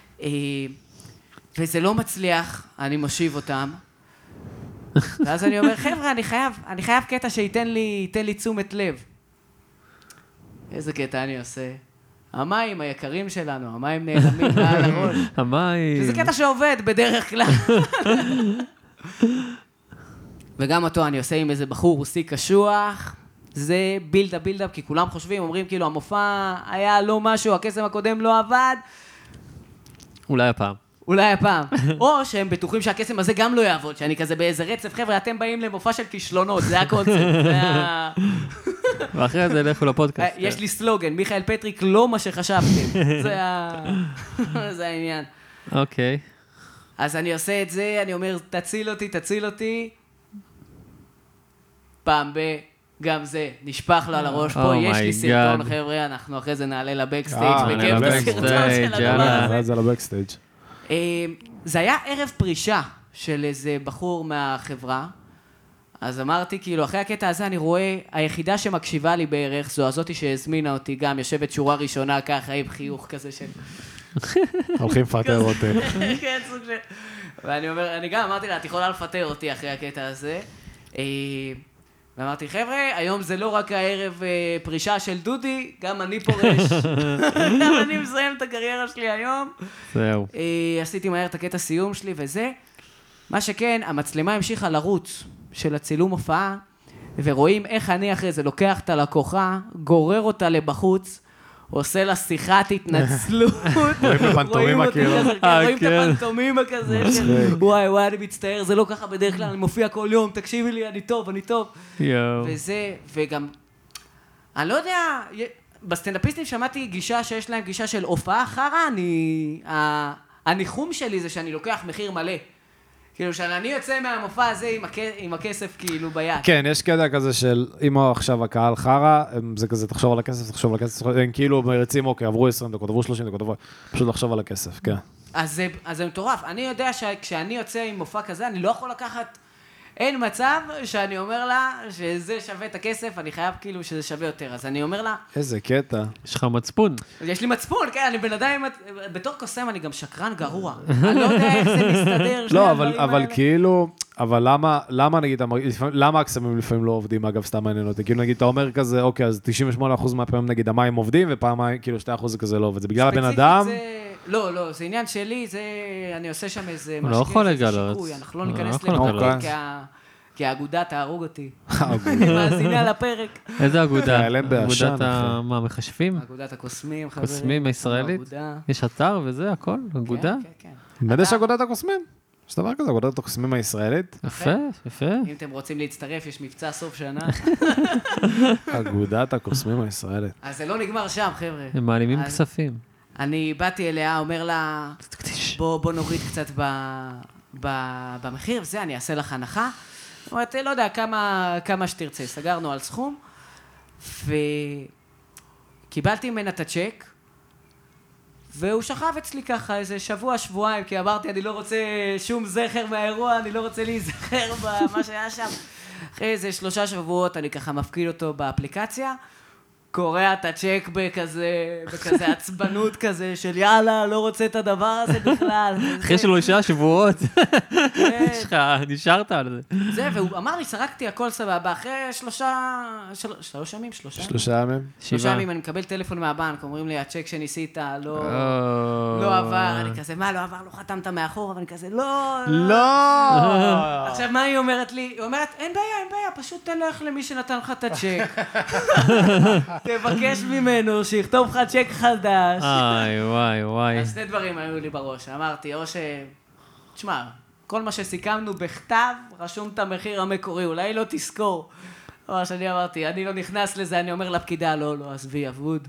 וזה לא מצליח, אני מושיב אותם. ואז אני אומר, חבר'ה, אני חייב, אני חייב קטע שייתן לי, ייתן לי תשומת לב. איזה קטע אני עושה? המים היקרים שלנו, המים נעלמים מעל הראש. המים. שזה קטע שעובד בדרך כלל. וגם אותו אני עושה עם איזה בחור רוסי קשוח. זה בילדה בילדה, כי כולם חושבים, אומרים כאילו המופע היה לא משהו, הקסם הקודם לא עבד. אולי הפעם. אולי הפעם. או שהם בטוחים שהקסם הזה גם לא יעבוד, שאני כזה באיזה רצף, חבר'ה, אתם באים למופע של כישלונות, זה הקונספט. ואחרי זה לכו לפודקאסט. יש לי סלוגן, מיכאל פטריק, לא מה שחשבתם. זה העניין. אוקיי. אז אני עושה את זה, אני אומר, תציל אותי, תציל אותי. פעם ב... גם זה, נשפך לו על הראש פה, יש לי סרטון, חבר'ה, אנחנו אחרי זה נעלה לבקסטייג' וכיף את הסרטון של הדבר הזה. זה לבקסטייג'. זה היה ערב פרישה של איזה בחור מהחברה, אז אמרתי, כאילו, אחרי הקטע הזה אני רואה, היחידה שמקשיבה לי בערך, זו הזאתי שהזמינה אותי גם, יושבת שורה ראשונה ככה, עם חיוך כזה של... הולכים לפטר אותי. כן, סוג של... ואני אומר, אני גם אמרתי לה, את יכולה לפטר אותי אחרי הקטע הזה. ואמרתי, חבר'ה, היום זה לא רק הערב פרישה של דודי, גם אני פורש. גם אני מסיים את הקריירה שלי היום. זהו. עשיתי מהר את הקטע סיום שלי וזה. מה שכן, המצלמה המשיכה לרוץ של הצילום הופעה, ורואים איך אני אחרי זה לוקח את הלקוחה, גורר אותה לבחוץ, עושה לה שיחת התנצלות. רואים את הפנטומימה כאילו. רואים את הפנטומימה כזה של וואי וואי אני מצטער, זה לא ככה בדרך כלל, אני מופיע כל יום, תקשיבי לי, אני טוב, אני טוב. וזה, וגם, אני לא יודע, בסטנדאפיסטים שמעתי גישה שיש להם גישה של הופעה חרא, אני, הניחום שלי זה שאני לוקח מחיר מלא. כאילו שאני יוצא מהמופע הזה עם הכסף כאילו ביד. כן, יש קטע כזה של אם עכשיו הקהל חרה, זה כזה תחשוב על הכסף, תחשוב על הכסף, הם כאילו מרצים, אוקיי, עברו עשרים דקות, עברו שלושים דקות, פשוט לחשוב על הכסף, כן. אז זה מטורף. אני יודע שכשאני יוצא עם מופע כזה, אני לא יכול לקחת אין מצב שאני אומר לה שזה שווה את הכסף, אני חייב כאילו שזה שווה יותר. אז אני אומר לה... איזה קטע. יש לך מצפון. יש לי מצפון, כן, אני בן אדם, בתור קוסם אני גם שקרן גרוע. אני לא יודע איך זה מסתדר. לא, אבל כאילו, אבל למה, למה נגיד, למה הקסמים לפעמים לא עובדים, אגב, סתם מעניין אותי? כאילו נגיד, אתה אומר כזה, אוקיי, אז תשעים ושמונה אחוז מהפעמים נגיד, המים עובדים, ופעמיים, כאילו, שני אחוז זה כזה לא עובד. זה בגלל הבן אדם? לא, לא, זה עניין שלי, זה, אני עושה שם איזה משקה, לא יכול לגלות. אנחנו לא ניכנס לפרק, כי האגודה תהרוג אותי. אני מאזינה לפרק. איזה אגודה? אגודת המחשבים? אגודת הקוסמים, חברים. קוסמים הישראלית? יש אתר וזה, הכל? אגודה? כן, כן. באמת יש אגודת הקוסמים? יש דבר כזה, אגודת הקוסמים הישראלית? יפה, יפה. אם אתם רוצים להצטרף, יש מבצע סוף שנה. אגודת הקוסמים הישראלית. אז זה לא נגמר שם, חבר'ה. הם מעלימים כספים. אני באתי אליה, אומר לה, בוא נוריד קצת במחיר, וזה, אני אעשה לך הנחה. זאת אומרת, לא יודע, כמה שתרצה. סגרנו על סכום, וקיבלתי ממנה את הצ'ק, והוא שכב אצלי ככה איזה שבוע, שבועיים, כי אמרתי, אני לא רוצה שום זכר מהאירוע, אני לא רוצה להיזכר במה שהיה שם. אחרי איזה שלושה שבועות, אני ככה מפקיד אותו באפליקציה, קורא את הצ'ק בכזה, בכזה עצבנות כזה, של יאללה, לא רוצה את הדבר הזה בכלל. אחרי שלושה שבועות. יש לך, נשארת על זה. זה, והוא אמר לי, סרקתי הכל סבבה, אחרי שלושה, שלוש ימים, שלושה. שלושה ימים. שלושה ימים, אני מקבל טלפון מהבנק, אומרים לי, הצ'ק שניסית, לא, לא עבר, אני כזה, מה, לא עבר, לא חתמת מאחור, אבל אני כזה, לא, לא. עכשיו, מה היא אומרת לי? היא אומרת, אין בעיה, אין בעיה, פשוט תלך למי שנתן לך את הצ'ק. תבקש ממנו שיכתוב לך צ'ק חדש. איי, וואי, וואי. אז שני דברים היו לי בראש. אמרתי, או ש... תשמע, כל מה שסיכמנו בכתב, רשום את המחיר המקורי, אולי לא תזכור. או שאני אמרתי, אני לא נכנס לזה, אני אומר לפקידה, לא, לא, עזבי, אבוד.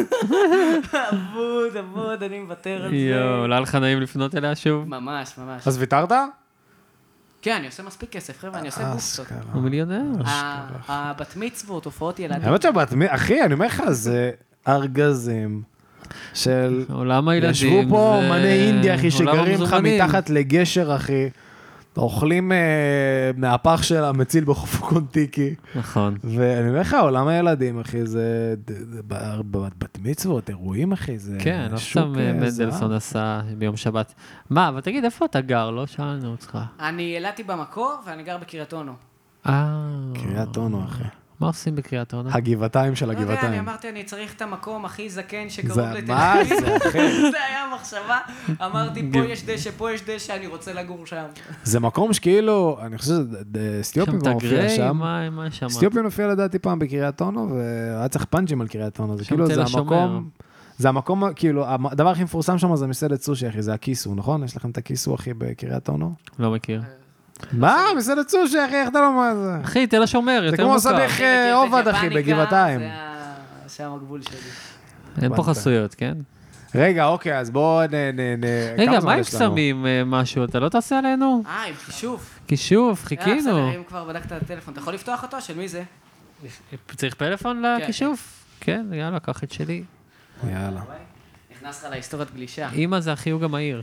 אבוד, אבוד, אני מוותר על זה. יואו, לא לך נעים לפנות אליה שוב? ממש, ממש. אז ויתרת? כן, אני עושה מספיק כסף, חבר'ה, אני עושה בוקסות. הוא מיליונר. הבת מצוות, הופעות ילדים. האמת שהבת מצוות, אחי, אני אומר לך, זה ארגזים של... עולם הילדים. ישבו פה מני אינדיה, אחי, שגרים לך מתחת לגשר, אחי. אוכלים מהפח של המציל בחוף קונטיקי. נכון. ואני אומר לך, עולם הילדים, אחי, זה בת מצוות, אירועים, אחי, זה שוק... כן, לא סתם מנדלסון עשה ביום שבת. מה, אבל תגיד, איפה אתה גר? לא שאלנו אותך. אני ילדתי במקור, ואני גר בקריית אונו. אה... קריית אונו, אחי. מה עושים בקריית אונו? הגבעתיים של לא יודע, הגבעתיים. אני אמרתי, אני צריך את המקום הכי זקן שקרוב לתל מה אביב. זה, אחי? זה היה המחשבה. אמרתי, פה יש דשא, פה יש דשא, אני רוצה לגור שם. זה מקום שכאילו, אני חושב שסטיופים מופיע שם. מה יש שם? סטיופים מופיע לדעתי פעם בקריית אונו, והיה צריך פאנג'ים על קריית אונו. זה כאילו, זה המקום... זה המקום, כאילו, הדבר הכי מפורסם שם זה מסעדת סושי, אחי, זה הכיסו, נכון? יש לכם את הכיסו, אחי, בקריית אונו? לא מכיר. מה? מסעדת סושי, אחי, איך אתה לא מה זה? אחי, תל השומר, יותר מוכר. מוכר. זה כמו סביך עובד, אחי, בגבעתיים. זה שם הגבול שלי. אין פה חסויות, כן? רגע, אוקיי, אז בואו נ... רגע, מה אם שמים משהו? אתה לא תעשה עלינו? אה, עם כישוף. כישוף, חיכינו. בסדר, אם כבר בדקת את הטלפון, אתה יכול לפתוח אותו? של מי זה? צריך פלאפון לכישוף? כן, יאללה, קח את שלי. יאללה. נכנס לך להיסטוריית גלישה. אמא זה החיוג המהיר.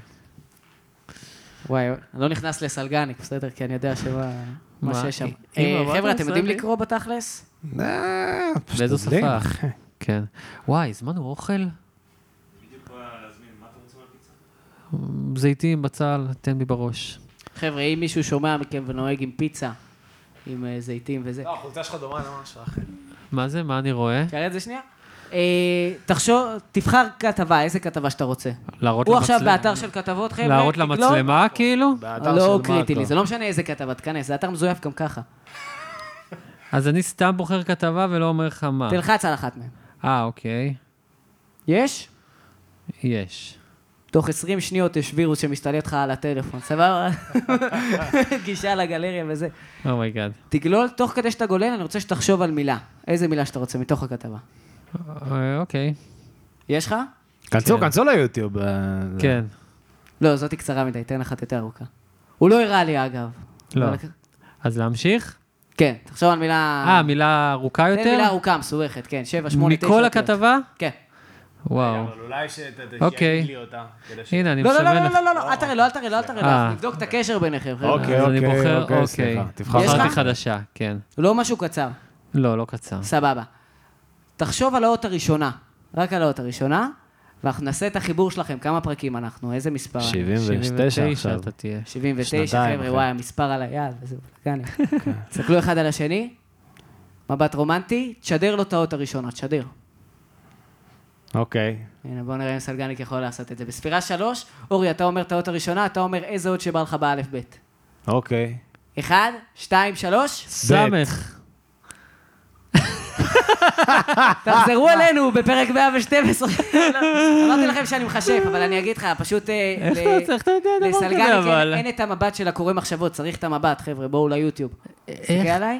וואי, אני לא נכנס לסלגניק, בסדר, כי אני יודע מה שיש שם. אמא, מה חבר'ה, אתה אתם יודעים עושה לי? לקרוא בתכלס? באיזו שפה? כן. וואי, הזמנו אוכל? זיתים, בצל, תן לי בראש. חבר'ה, אם מישהו שומע מכם ונוהג עם פיצה, עם זיתים וזה. לא, החולצה שלך דומה למשהו אחר. מה זה? מה אני רואה? תראה את זה שנייה. תחשוב, תבחר כתבה, איזה כתבה שאתה רוצה. להראות הוא למצלמה. עכשיו באתר של כתבות, חבר'ה. להראות למצלמה, כאילו? לא קריטי לי, זה לא משנה איזה כתבה, תכנס, זה אתר מזויף גם ככה. אז אני סתם בוחר כתבה ולא אומר לך מה. תלחץ על אחת מהן. אה, אוקיי. יש? יש. תוך עשרים שניות יש וירוס שמשתלט לך על הטלפון, סבבה? גישה לגלריה וזה. אומייגאד. תגלול, תוך כדי שאתה גולל, אני רוצה שתחשוב על מילה. איזה מילה שאתה רוצה מתוך הכתבה. אוקיי. יש לך? כנסו, כנסו ליוטיוב. כן. לא, זאת היא קצרה מדי, תן אחת יותר ארוכה. הוא לא הראה לי, אגב. לא. אז להמשיך? כן, תחשוב על מילה... אה, מילה ארוכה יותר? תן מילה ארוכה, מסובכת, כן, שבע, שמונה, תשע. מכל הכתבה? כן. וואו. אבל אולי שתגיד אוקיי. לי אותה. הנה, אני לא, לא, מסמן לא, לך. לא, לא, לא, אל תראה לו, אל תראה לו, אל תראה אה. לו. נבדוק את הקשר ביניכם, חבר'ה. אוקיי, אז אני אוקיי, בוחר, אוקיי, אוקיי. סליחה. תבחר. יש לך? בחרתי חדשה, כן. לא משהו קצר. לא, לא קצר. סבבה. תחשוב על האות הראשונה, רק על האות הראשונה, ואנחנו נעשה את החיבור שלכם. כמה פרקים אנחנו? איזה מספר? שבעים ותשע עכשיו. אתה תהיה. שבעים ותשע, שנתיים, חבר'ה, אחי. וואי, המספר על היד, וזה בלגני. תסתכלו אחד על השני, מבט רומנטי, תשדר לו את האות הראשונה, תשדר. אוקיי. הנה, בואו נראה אם סלגניק יכול לעשות את זה. בספירה שלוש, אורי, אתה אומר את האות הראשונה, אתה אומר איזה אות שבא לך באלף בית. אוקיי. אחד, שתיים, שלוש, סמך. תחזרו אלינו בפרק מאה ושתים עשרה. אמרתי לכם שאני מחשף, אבל אני אגיד לך, פשוט... איך אתה צריך, אתה יודע דבר כזה, לסלגניק אבל... אין את המבט של הקורא מחשבות, צריך את המבט, חבר'ה, בואו ליוטיוב. תסתכל עליי.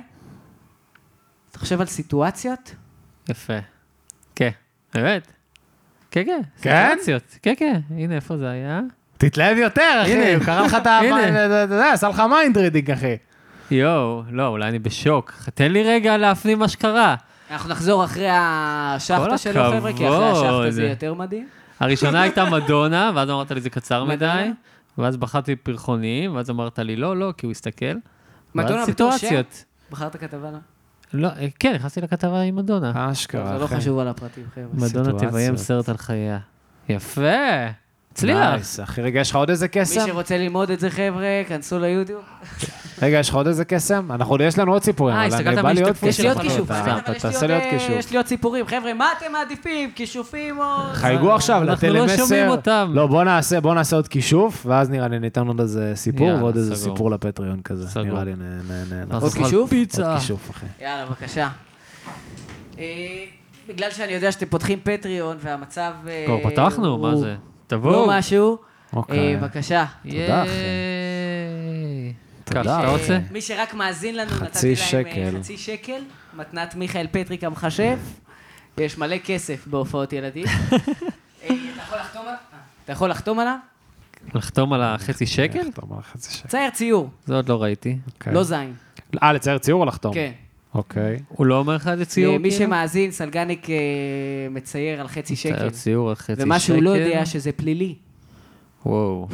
תחשב על סיטואציות. יפה. כן, באמת. כן, כן. כן? סיטואציות. כן, כן. הנה, איפה זה היה? תתלהב יותר, אחי. הנה. הוא קרא לך את ה... הנה. אתה יודע, עשה לך מיינד רידינג, אחי. יואו, לא, אולי אני בשוק. תן לי רגע להפנים מה שקרה. אנחנו נחזור אחרי השחטה כל שלו, חבר'ה, כי אחרי הכבוד. השחטה זה יותר מדהים. הראשונה הייתה מדונה, ואז אמרת לי זה קצר מדונה? מדי, ואז בחרתי פרחונים, ואז אמרת לי לא, לא, כי הוא הסתכל. מדונה ואז בתור שם? סיטואציות. בחרת כתבה לה? לא, כן, נכנסתי לכתבה עם מדונה. אשכרה, זה לא אחי. חשוב על הפרטים, חבר'ה. מדונה סיטואציות. תביים סרט על חייה. יפה. הצליח. נייס. אחי, רגע, יש לך עוד איזה מי קסם? שרוצה ללמוד את זה, חבר'ה, כנסו ליוטיוב. רגע, יש לך עוד איזה קסם? אנחנו, יש לנו עוד סיפורים, אה, אבל הסתכלת אני בא לי עוד מהשתקפות יש לי עוד של כישוף. החנות, האמת, אתה אבל יש לי תעשה עוד, לי עוד אה, כישוף. יש לי עוד סיפורים. חבר'ה, מה אתם מעדיפים? כישופים או... חייגו עכשיו אנחנו לא לטלמסר. שומעים אותם. לא, בוא נעשה, בוא נעשה עוד כישוף, ואז נראה לי ניתן עוד איזה סיפור, יאללה, ועוד איזה סגור. סיפור לפטריון כזה. סגור. נראה לי נ- נ- נ- עוד נעשה כישוף? פיצה. עוד כישוף, אחי. יאללה, בבקשה. אה, בגלל שאני יודע שאתם פותחים פטריון והמצב... אה, כבר פתחנו, הוא מה זה? לא תבואו. משהו. אוקיי. אה, בבקשה. תודה, אחי. ייי. תודה. קח, אתה רוצה? אה, מי שרק מאזין לנו, חצי נתתי להם אה, שקל. חצי שקל. מתנת מיכאל פטריק המחשב. יש מלא כסף בהופעות ילדים. אה, אתה יכול לחתום עליו? אתה יכול לחתום עליו? לחתום על החצי שקל? לחתום על חצי שקל. צייר ציור, זה עוד לא ראיתי. אוקיי. לא זין. אה, לצייר ציור או לחתום? כן. אוקיי. הוא לא אומר לך איזה ציור? מי כאילו? שמאזין, סלגניק אה, מצייר על חצי שקל. צייר ציור על חצי שקל. ומה שהוא לא יודע שזה פלילי. וואו.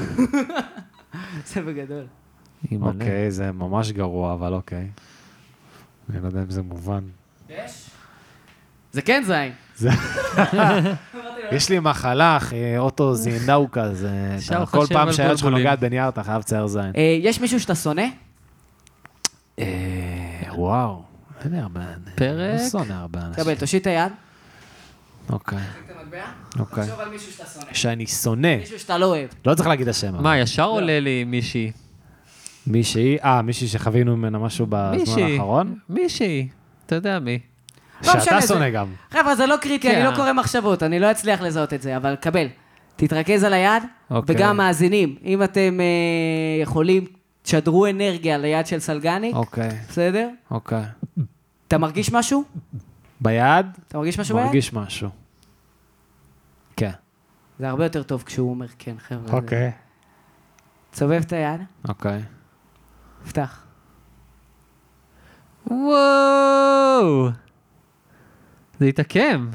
זה בגדול. אימא'לה. אוקיי, זה ממש גרוע, אבל אוקיי. אני לא יודע אם זה מובן. יש? זה כן זין. יש לי מחלה, אחי, אוטו זינדאו כזה. אפשר אתה- כל לחשב פעם על שהילד שלך בולבולים. נוגעת בנייר, אתה חייב לצייר זין. אה, יש מישהו שאתה שונא? אה, וואו. אין לי הרבה... פרק? לא שונא הרבה אנשים. קבל, תושיט את היד. אוקיי, את המטבע. אוקיי. תחשוב על מישהו שאתה שונא. שאני שונא. מישהו שאתה לא אוהב. לא צריך להגיד השם. אבל. מה, ישר עולה לי מישהי? מישהי, אה, מישהי שחווינו ממנה משהו בזמן מישהי. האחרון? מישהי. אתה יודע מי. לא משנה, שאתה זה- שונא גם. חבר'ה, זה לא קריטי, כן. אני לא קורא מחשבות, אני לא אצליח לזהות את זה, אבל קבל. תתרכז על היד, אוקיי. וגם מאזינים. אם אתם אה, יכולים, תשדרו אנרגיה ליד של סלגניק, אוקיי, בסדר? אוקיי. אתה מרגיש משהו? ביד? אתה מרגיש משהו ביד? מרגיש משהו. כן. זה הרבה יותר טוב כשהוא אומר כן, חבר'ה. אוקיי. צובב את היד, אוקיי. פתח. וואו! זה התעקם.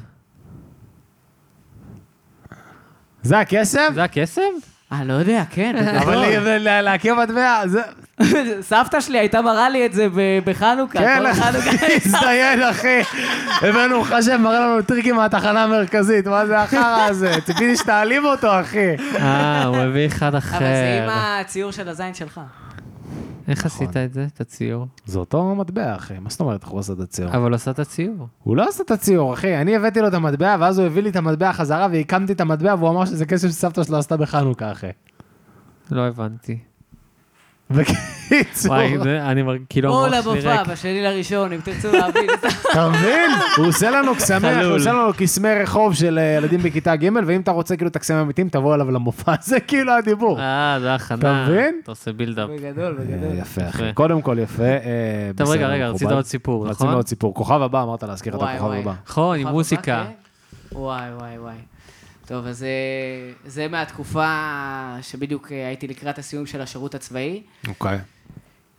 זה הקסם? זה הקסם? אני לא יודע, כן. אבל לי- לה- להכיר מטבע, זה... סבתא שלי הייתה מראה לי את זה ב- בחנוכה. כן, כל חנוכה. הזדיין, אחי. הבאנו מחשב, מראה לנו טריקים מהתחנה המרכזית. מה זה החרא הזה? ציפיתי שתעלים אותו, אחי. אה, הוא הביא אחד אחר. אבל זה עם הציור של הזין שלך. איך עשית את זה? את הציור? זה אותו מטבע, אחי. מה זאת אומרת, הוא עשה את הציור? אבל עשה את הציור. הוא לא עשה את הציור, אחי. אני הבאתי לו את המטבע, ואז הוא הביא לי את המטבע חזרה, והקמתי את המטבע, והוא אמר שזה כסף שסבתא שלו עשתה בחנוכה, אחי. לא הבנתי. בקיצור, וואי, זה- אני מרגיש כאילו או המוח שלי למופע, ריק. בשני לראשון, אם תרצו להבין. אתה מבין? הוא עושה לנו קסמי, הוא עושה לנו קסמי רחוב של אה, ילדים בכיתה ג', ואם אתה רוצה כאילו את הקסמים האמיתיים, תבוא אליו למופע, זה כאילו הדיבור. אה, זה הכנה. אתה מבין? אתה עושה בילדאפ. בגדול, בגדול. אה, יפה, אחי. יפה. קודם כל יפה. אה, טוב, בסדר, רגע, רגע, רצית מכובד. עוד סיפור, נכון? רצינו עוד סיפור. כוכב הבא, אמרת להזכיר את וואי, הכוכב וואי. הבא. נכון, עם כוכב מוסיקה. הבא, כן? וואי, וואי, וואי. טוב, אז זה, זה מהתקופה שבדיוק הייתי לקראת הסיום של השירות הצבאי. אוקיי.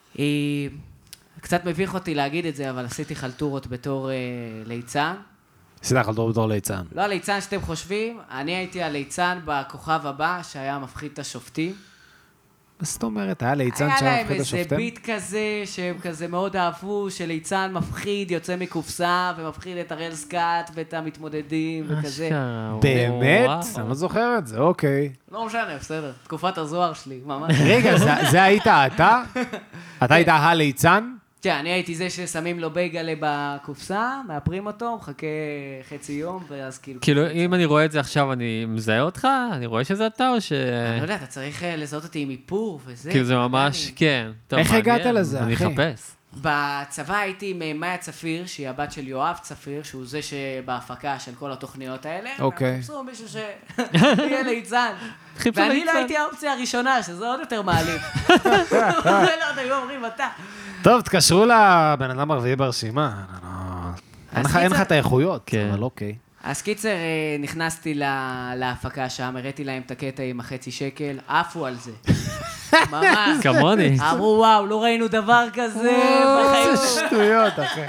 היא... קצת מביך אותי להגיד את זה, אבל עשיתי חלטורות בתור אה, ליצן. עשית לך בתור ליצן. לא הליצן שאתם חושבים, אני הייתי הליצן בכוכב הבא, שהיה מפחיד את השופטים. מה זאת אומרת? היה ליצן שהיה מפחיד את השופטים? היה להם איזה ביט כזה, שהם כזה מאוד אהבו, שליצן מפחיד, יוצא מקופסה, ומפחיד את הראל סקאט ואת המתמודדים וכזה. באמת? אני לא זוכר את זה, אוקיי. לא משנה, בסדר. תקופת הזוהר שלי, ממש. רגע, זה היית אתה? אתה היית הליצן? כן, אני הייתי זה ששמים לו בייגלה בקופסה, מאפרים אותו, מחכה חצי יום, ואז כאילו... כאילו, אם אני רואה את זה עכשיו, אני מזהה אותך? אני רואה שזה אתה או ש... אני לא יודע, אתה צריך לזהות אותי עם איפור וזה. כאילו זה ממש, כן. איך הגעת לזה, אחי? אני אחפש. בצבא הייתי עם מאיה צפיר, שהיא הבת של יואב צפיר, שהוא זה שבהפקה של כל התוכניות האלה. אוקיי. חיפשו מישהו שיהיה ליצן. ואני לא הייתי האופציה הראשונה, שזה עוד יותר מעליב. ולא, אתם אומרים, אתה... טוב, תקשרו לבן אדם הרביעי ברשימה. אין לך את האיכויות, אבל אוקיי. אז קיצר, נכנסתי להפקה שם, הראיתי להם את הקטע עם החצי שקל, עפו על זה. ממש. כמוני. אמרו, וואו, לא ראינו דבר כזה. איזה שטויות, אחי.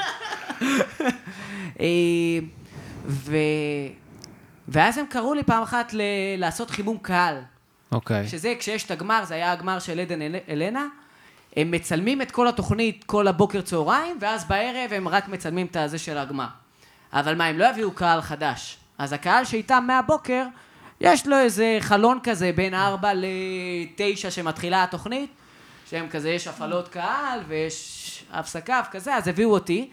ואז הם קראו לי פעם אחת לעשות חימום קהל. אוקיי. שזה, כשיש את הגמר, זה היה הגמר של עדן אלנה, הם מצלמים את כל התוכנית כל הבוקר צהריים, ואז בערב הם רק מצלמים את הזה של הגמר. אבל מה, הם לא יביאו קהל חדש. אז הקהל שאיתם מהבוקר, יש לו איזה חלון כזה בין ארבע לתשע שמתחילה התוכנית, שהם כזה, יש הפעלות קהל ויש הפסקה וכזה, אז הביאו אותי.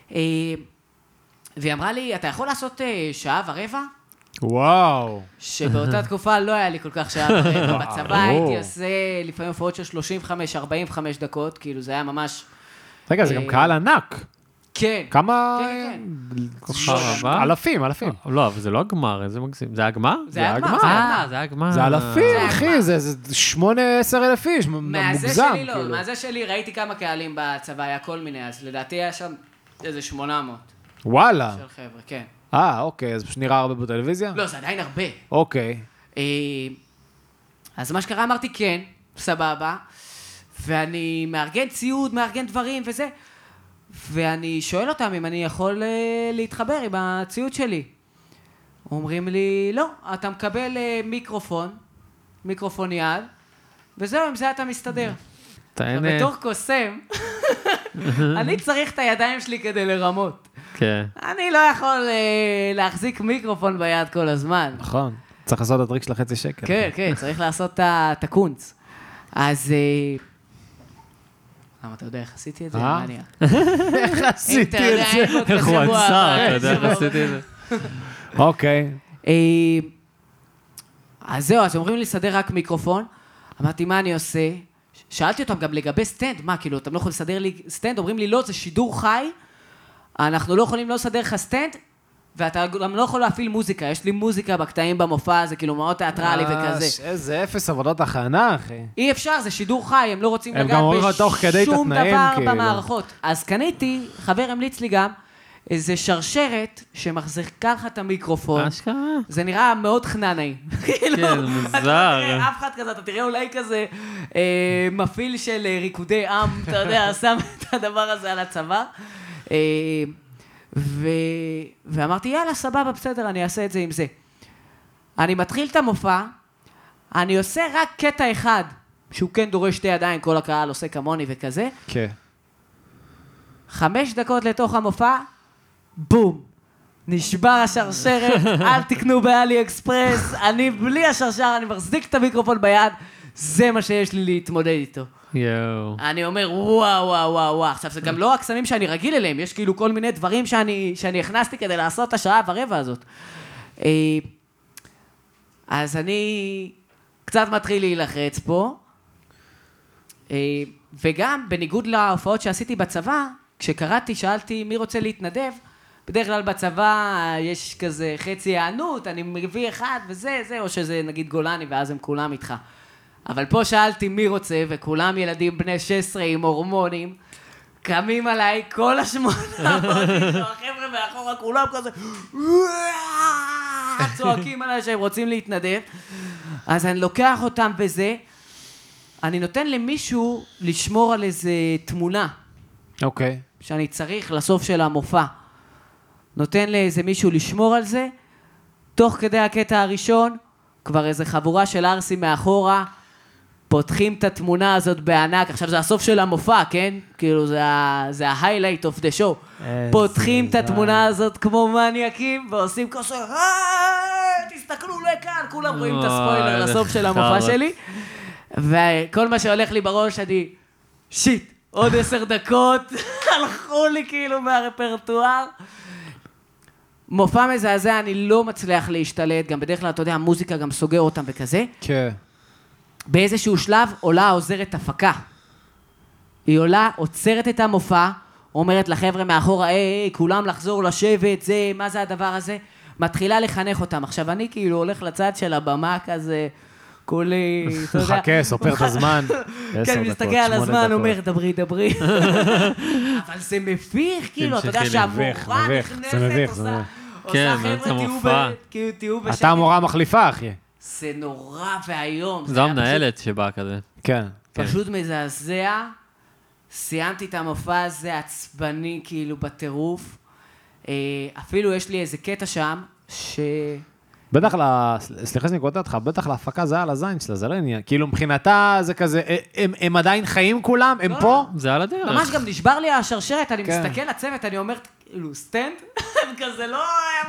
והיא אמרה לי, אתה יכול לעשות שעה ורבע? וואו. שבאותה תקופה לא היה לי כל כך שעה ורבע. בצבא הייתי עושה לפעמים הופעות של שלושים וחמש ארבעים וחמש דקות, כאילו זה היה ממש... רגע, זה גם קהל ענק. כן. כמה... כן, כן. אלפים, אלפים. לא, אבל זה לא הגמר, איזה מגזים. זה הגמר? זה היה הגמר. אה, זה הגמר. זה אלפים, אחי, זה שמונה, עשר אלף איש, מוגזם. מהזה שלי לא, מהזה שלי ראיתי כמה קהלים בצבא, היה כל מיני, אז לדעתי היה שם איזה שמונה מאות. וואלה. של חבר'ה, כן. אה, אוקיי, אז נראה הרבה בטלוויזיה? לא, זה עדיין הרבה. אוקיי. אז מה שקרה, אמרתי כן, סבבה, ואני מארגן ציוד, מארגן דברים וזה, ואני שואל אותם אם אני יכול להתחבר עם הציוד שלי. אומרים לי, לא, אתה מקבל מיקרופון, מיקרופון יד, וזהו, עם זה אתה מסתדר. בתור קוסם, אני צריך את הידיים שלי כדי לרמות. כן. אני לא יכול להחזיק מיקרופון ביד כל הזמן. נכון, צריך לעשות את הטריק של החצי שקל. כן, כן, צריך לעשות את הקונץ. אז... למה, אתה יודע איך עשיתי את זה? אה? איך עשיתי את זה? איך הוא עצר, אתה יודע איך עשיתי את זה? אוקיי. אז זהו, אז אומרים לי לסדר רק מיקרופון. אמרתי, מה אני עושה? שאלתי אותם גם לגבי סטנד, מה, כאילו, אתם לא יכולים לסדר לי סטנד? אומרים לי, לא, זה שידור חי, אנחנו לא יכולים לא לסדר לך סטנד, ואתה גם לא יכול להפעיל מוזיקה, יש לי מוזיקה בקטעים במופע, זה כאילו מאוד תיאטרלי וכזה. איזה אפס עבודות הכנה, אחי. אי אפשר, זה שידור חי, הם לא רוצים לגעת בשום דבר במערכות. אז קניתי, חבר המליץ לי גם, איזה שרשרת שמחזיקה לך את המיקרופון. אשכרה? זה נראה מאוד חננאי. כן, מוזר. אף אחד כזה, אתה תראה אולי כזה מפעיל של ריקודי עם, אתה יודע, שם את הדבר הזה על הצבא. ואמרתי, יאללה, סבבה, בסדר, אני אעשה את זה עם זה. אני מתחיל את המופע, אני עושה רק קטע אחד, שהוא כן דורש שתי ידיים, כל הקהל עושה כמוני וכזה. כן. חמש דקות לתוך המופע, בום. נשבר השרשרת, אל תקנו באלי אקספרס, אני בלי השרשר, אני מחזיק את המיקרופון ביד, זה מה שיש לי להתמודד איתו. יואו. אני אומר, וואו, וואו, וואו, וואו. עכשיו, זה גם לא הקסמים שאני רגיל אליהם, יש כאילו כל מיני דברים שאני, שאני הכנסתי כדי לעשות את השעה ורבע הזאת. אז אני קצת מתחיל להילחץ פה, וגם בניגוד להופעות שעשיתי בצבא, כשקראתי, שאלתי מי רוצה להתנדב, בדרך כלל בצבא יש כזה חצי הענות, אני מביא אחד וזה, זה, או שזה נגיד גולני, ואז הם כולם איתך. אבל פה שאלתי מי רוצה, וכולם ילדים בני שש עשרה עם הורמונים, קמים עליי כל השמונה, החבר'ה מאחורה, כולם כזה, צועקים עליי שהם רוצים להתנדב, אז אני לוקח אותם בזה, אני נותן למישהו לשמור על איזה תמונה, אוקיי. שאני צריך לסוף של המופע, נותן לאיזה מישהו לשמור על זה, תוך כדי הקטע הראשון, כבר איזה חבורה של ארסים מאחורה, פותחים את התמונה הזאת בענק, עכשיו זה הסוף של המופע, כן? כאילו זה ה-highlight of the show. פותחים את התמונה הזאת כמו מניאקים, ועושים כוסו, תסתכלו לכאן, כולם רואים את הספוילר לסוף של המופע שלי, וכל מה שהולך לי בראש, אני, שיט, עוד עשר דקות, הלכו לי כאילו מהרפרטואר. מופע מזעזע, אני לא מצליח להשתלט, גם בדרך כלל, אתה יודע, המוזיקה גם סוגר אותם וכזה. כן. באיזשהו שלב עולה עוזרת הפקה. היא עולה, עוצרת את המופע, אומרת לחבר'ה מאחורה, היי, היי, כולם לחזור לשבת, זה, מה זה הדבר הזה? מתחילה לחנך אותם. עכשיו, אני כאילו הולך לצד של הבמה כזה, כולי, אתה יודע... חכה, סופר את הזמן. כן, מסתכל על הזמן, אומר, דברי, דברי. אבל זה מביך, כאילו, אתה יודע שהמורה נכנסת, עושה... כן, באמצע המופע. תהיו בשקט. אתה המורה מחליפה, אחי. זה נורא והיום. זו המנהלת שבאה כזה. כן. פשוט מזעזע. סיימתי את המופע הזה עצבני, כאילו, בטירוף. אפילו יש לי איזה קטע שם, ש... בטח, סליחה שאני קוטע אותך, בטח להפקה זה היה על הזין שלה, זה לא עניין. כאילו מבחינתה זה כזה, הם עדיין חיים כולם, הם פה? זה על הדרך. ממש גם נשבר לי השרשרת, אני מסתכל לצוות, אני אומר, כאילו, סטנד? הם כזה לא...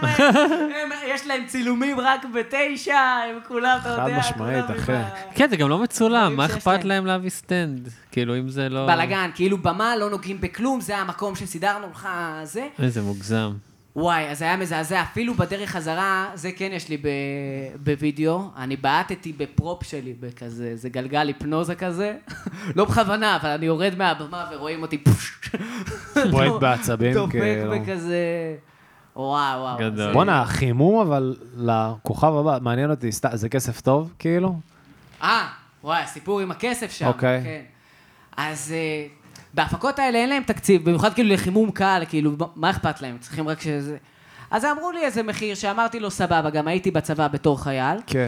יש להם צילומים רק בתשע, הם כולם, אתה יודע, חד משמעית, אחי. כן, זה גם לא מצולם, מה אכפת להם להביא סטנד? כאילו, אם זה לא... בלגן, כאילו במה, לא נוגעים בכלום, זה המקום שסידרנו לך, זה. איזה מוגזם. וואי, אז היה מזעזע, אפילו בדרך חזרה, זה כן יש לי בווידאו, אני בעטתי בפרופ שלי, בכזה, זה גלגל היפנוזה כזה, לא בכוונה, אבל אני יורד מהבמה ורואים אותי פוש. בועט בעצבים, דופק וכזה, וואו, וואו. גדול. בוא'נה, חימום, אבל לכוכב הבא, מעניין אותי, זה כסף טוב, כאילו? אה, וואי, הסיפור עם הכסף שם, אוקיי. כן. אז... בהפקות האלה אין להם תקציב, במיוחד כאילו לחימום קל, כאילו, מה אכפת להם? צריכים רק שזה... אז אמרו לי איזה מחיר שאמרתי לו סבבה, גם הייתי בצבא בתור חייל. כן.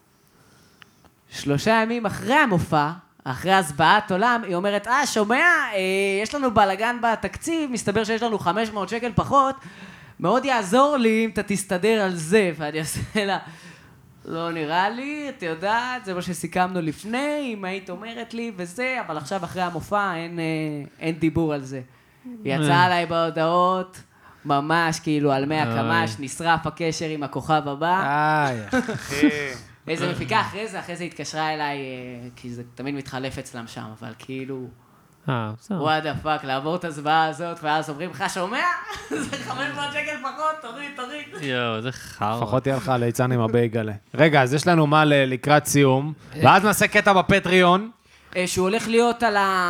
שלושה ימים אחרי המופע, אחרי הסבעת עולם, היא אומרת, אה, שומע, אה, יש לנו בלגן בתקציב, מסתבר שיש לנו חמש מאות שקל פחות, מאוד יעזור לי אם אתה תסתדר על זה, ואני אעשה לה... לא נראה לי, את יודעת, זה מה שסיכמנו לפני, אם היית אומרת לי וזה, אבל עכשיו אחרי המופע אין, אין דיבור על זה. יצא עליי בהודעות, ממש כאילו על מאה קמ"ש, נשרף הקשר עם הכוכב הבא. איי, אחי. איזה מפיקה אחרי זה, אחרי זה התקשרה אליי, כי זה תמיד מתחלף אצלם שם, אבל כאילו... אה, בסדר. וואט דה פאק, לעבור את הזוועה הזאת, ואז אומרים לך, שומע? זה חמש מאות שקל פחות, תוריד, תוריד. יואו, זה חרא. לפחות יהיה לך ליצן עם הרבה יגלה. רגע, אז יש לנו מה לקראת סיום, ואז נעשה קטע בפטריון. שהוא הולך להיות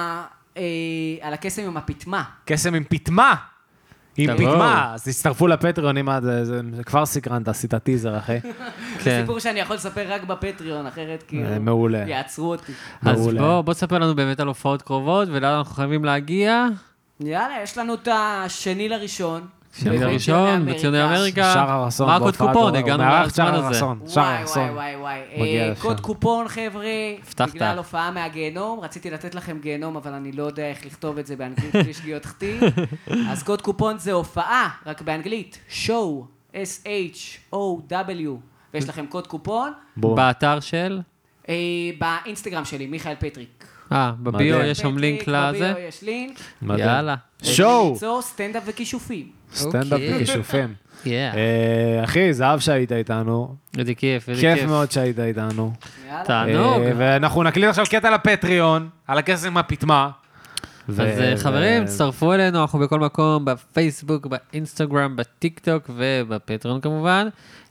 על הקסם עם הפתמה. קסם עם פתמה. עם פתמה, אז תצטרפו לפטריון, זה כבר סקרנת, עשית טיזר, אחי. זה סיפור שאני יכול לספר רק בפטריון, אחרת כאילו... מעולה. יעצרו אותי. אז בוא תספר לנו באמת על הופעות קרובות, ולאן אנחנו חייבים להגיע. יאללה, יש לנו את השני לראשון. שני לראשון, בציוני אמריקה. שער הרסון. מה הקוד קופון? הגענו מהזמן הזה. וואי, וואי, וואי, וואי. קוד קופון, חבר'ה. הבטחת. בגלל הופעה מהגיהנום. רציתי לתת לכם גיהנום, אבל אני לא יודע איך לכתוב את זה באנגלית, יש לי עוד כתיב. אז קוד קופון זה הופעה, רק באנגלית. show, S H O W. ויש לכם קוד קופון. באתר של? באינסטגרם שלי, מיכאל פטריק. אה, בביו יש שם לינק לזה? בביו יש לינק. יאללה. שואו. ליצור סטנדאפ וכישופים. סטנדאפ וכישופים. אחי, זהב שהיית איתנו. איזה כיף, איזה כיף. כיף מאוד שהיית איתנו. תענוג. ואנחנו נקליט עכשיו קטע לפטריון, על הקסם הפתמה. אז חברים, תצטרפו אלינו, אנחנו בכל מקום, בפייסבוק, באינסטגרם, בטיק טוק ובפטריון כמובן.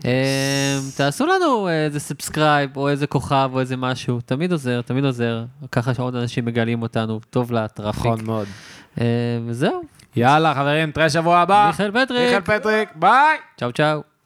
תעשו לנו איזה סאבסקרייב או איזה כוכב או איזה משהו, תמיד עוזר, תמיד עוזר, ככה שעוד אנשים מגלים אותנו, טוב לטראפיק. נכון מאוד. וזהו. יאללה חברים, תראה שבוע הבא. מיכאל פטריק. מיכאל פטריק, ביי. צ'או צ'או.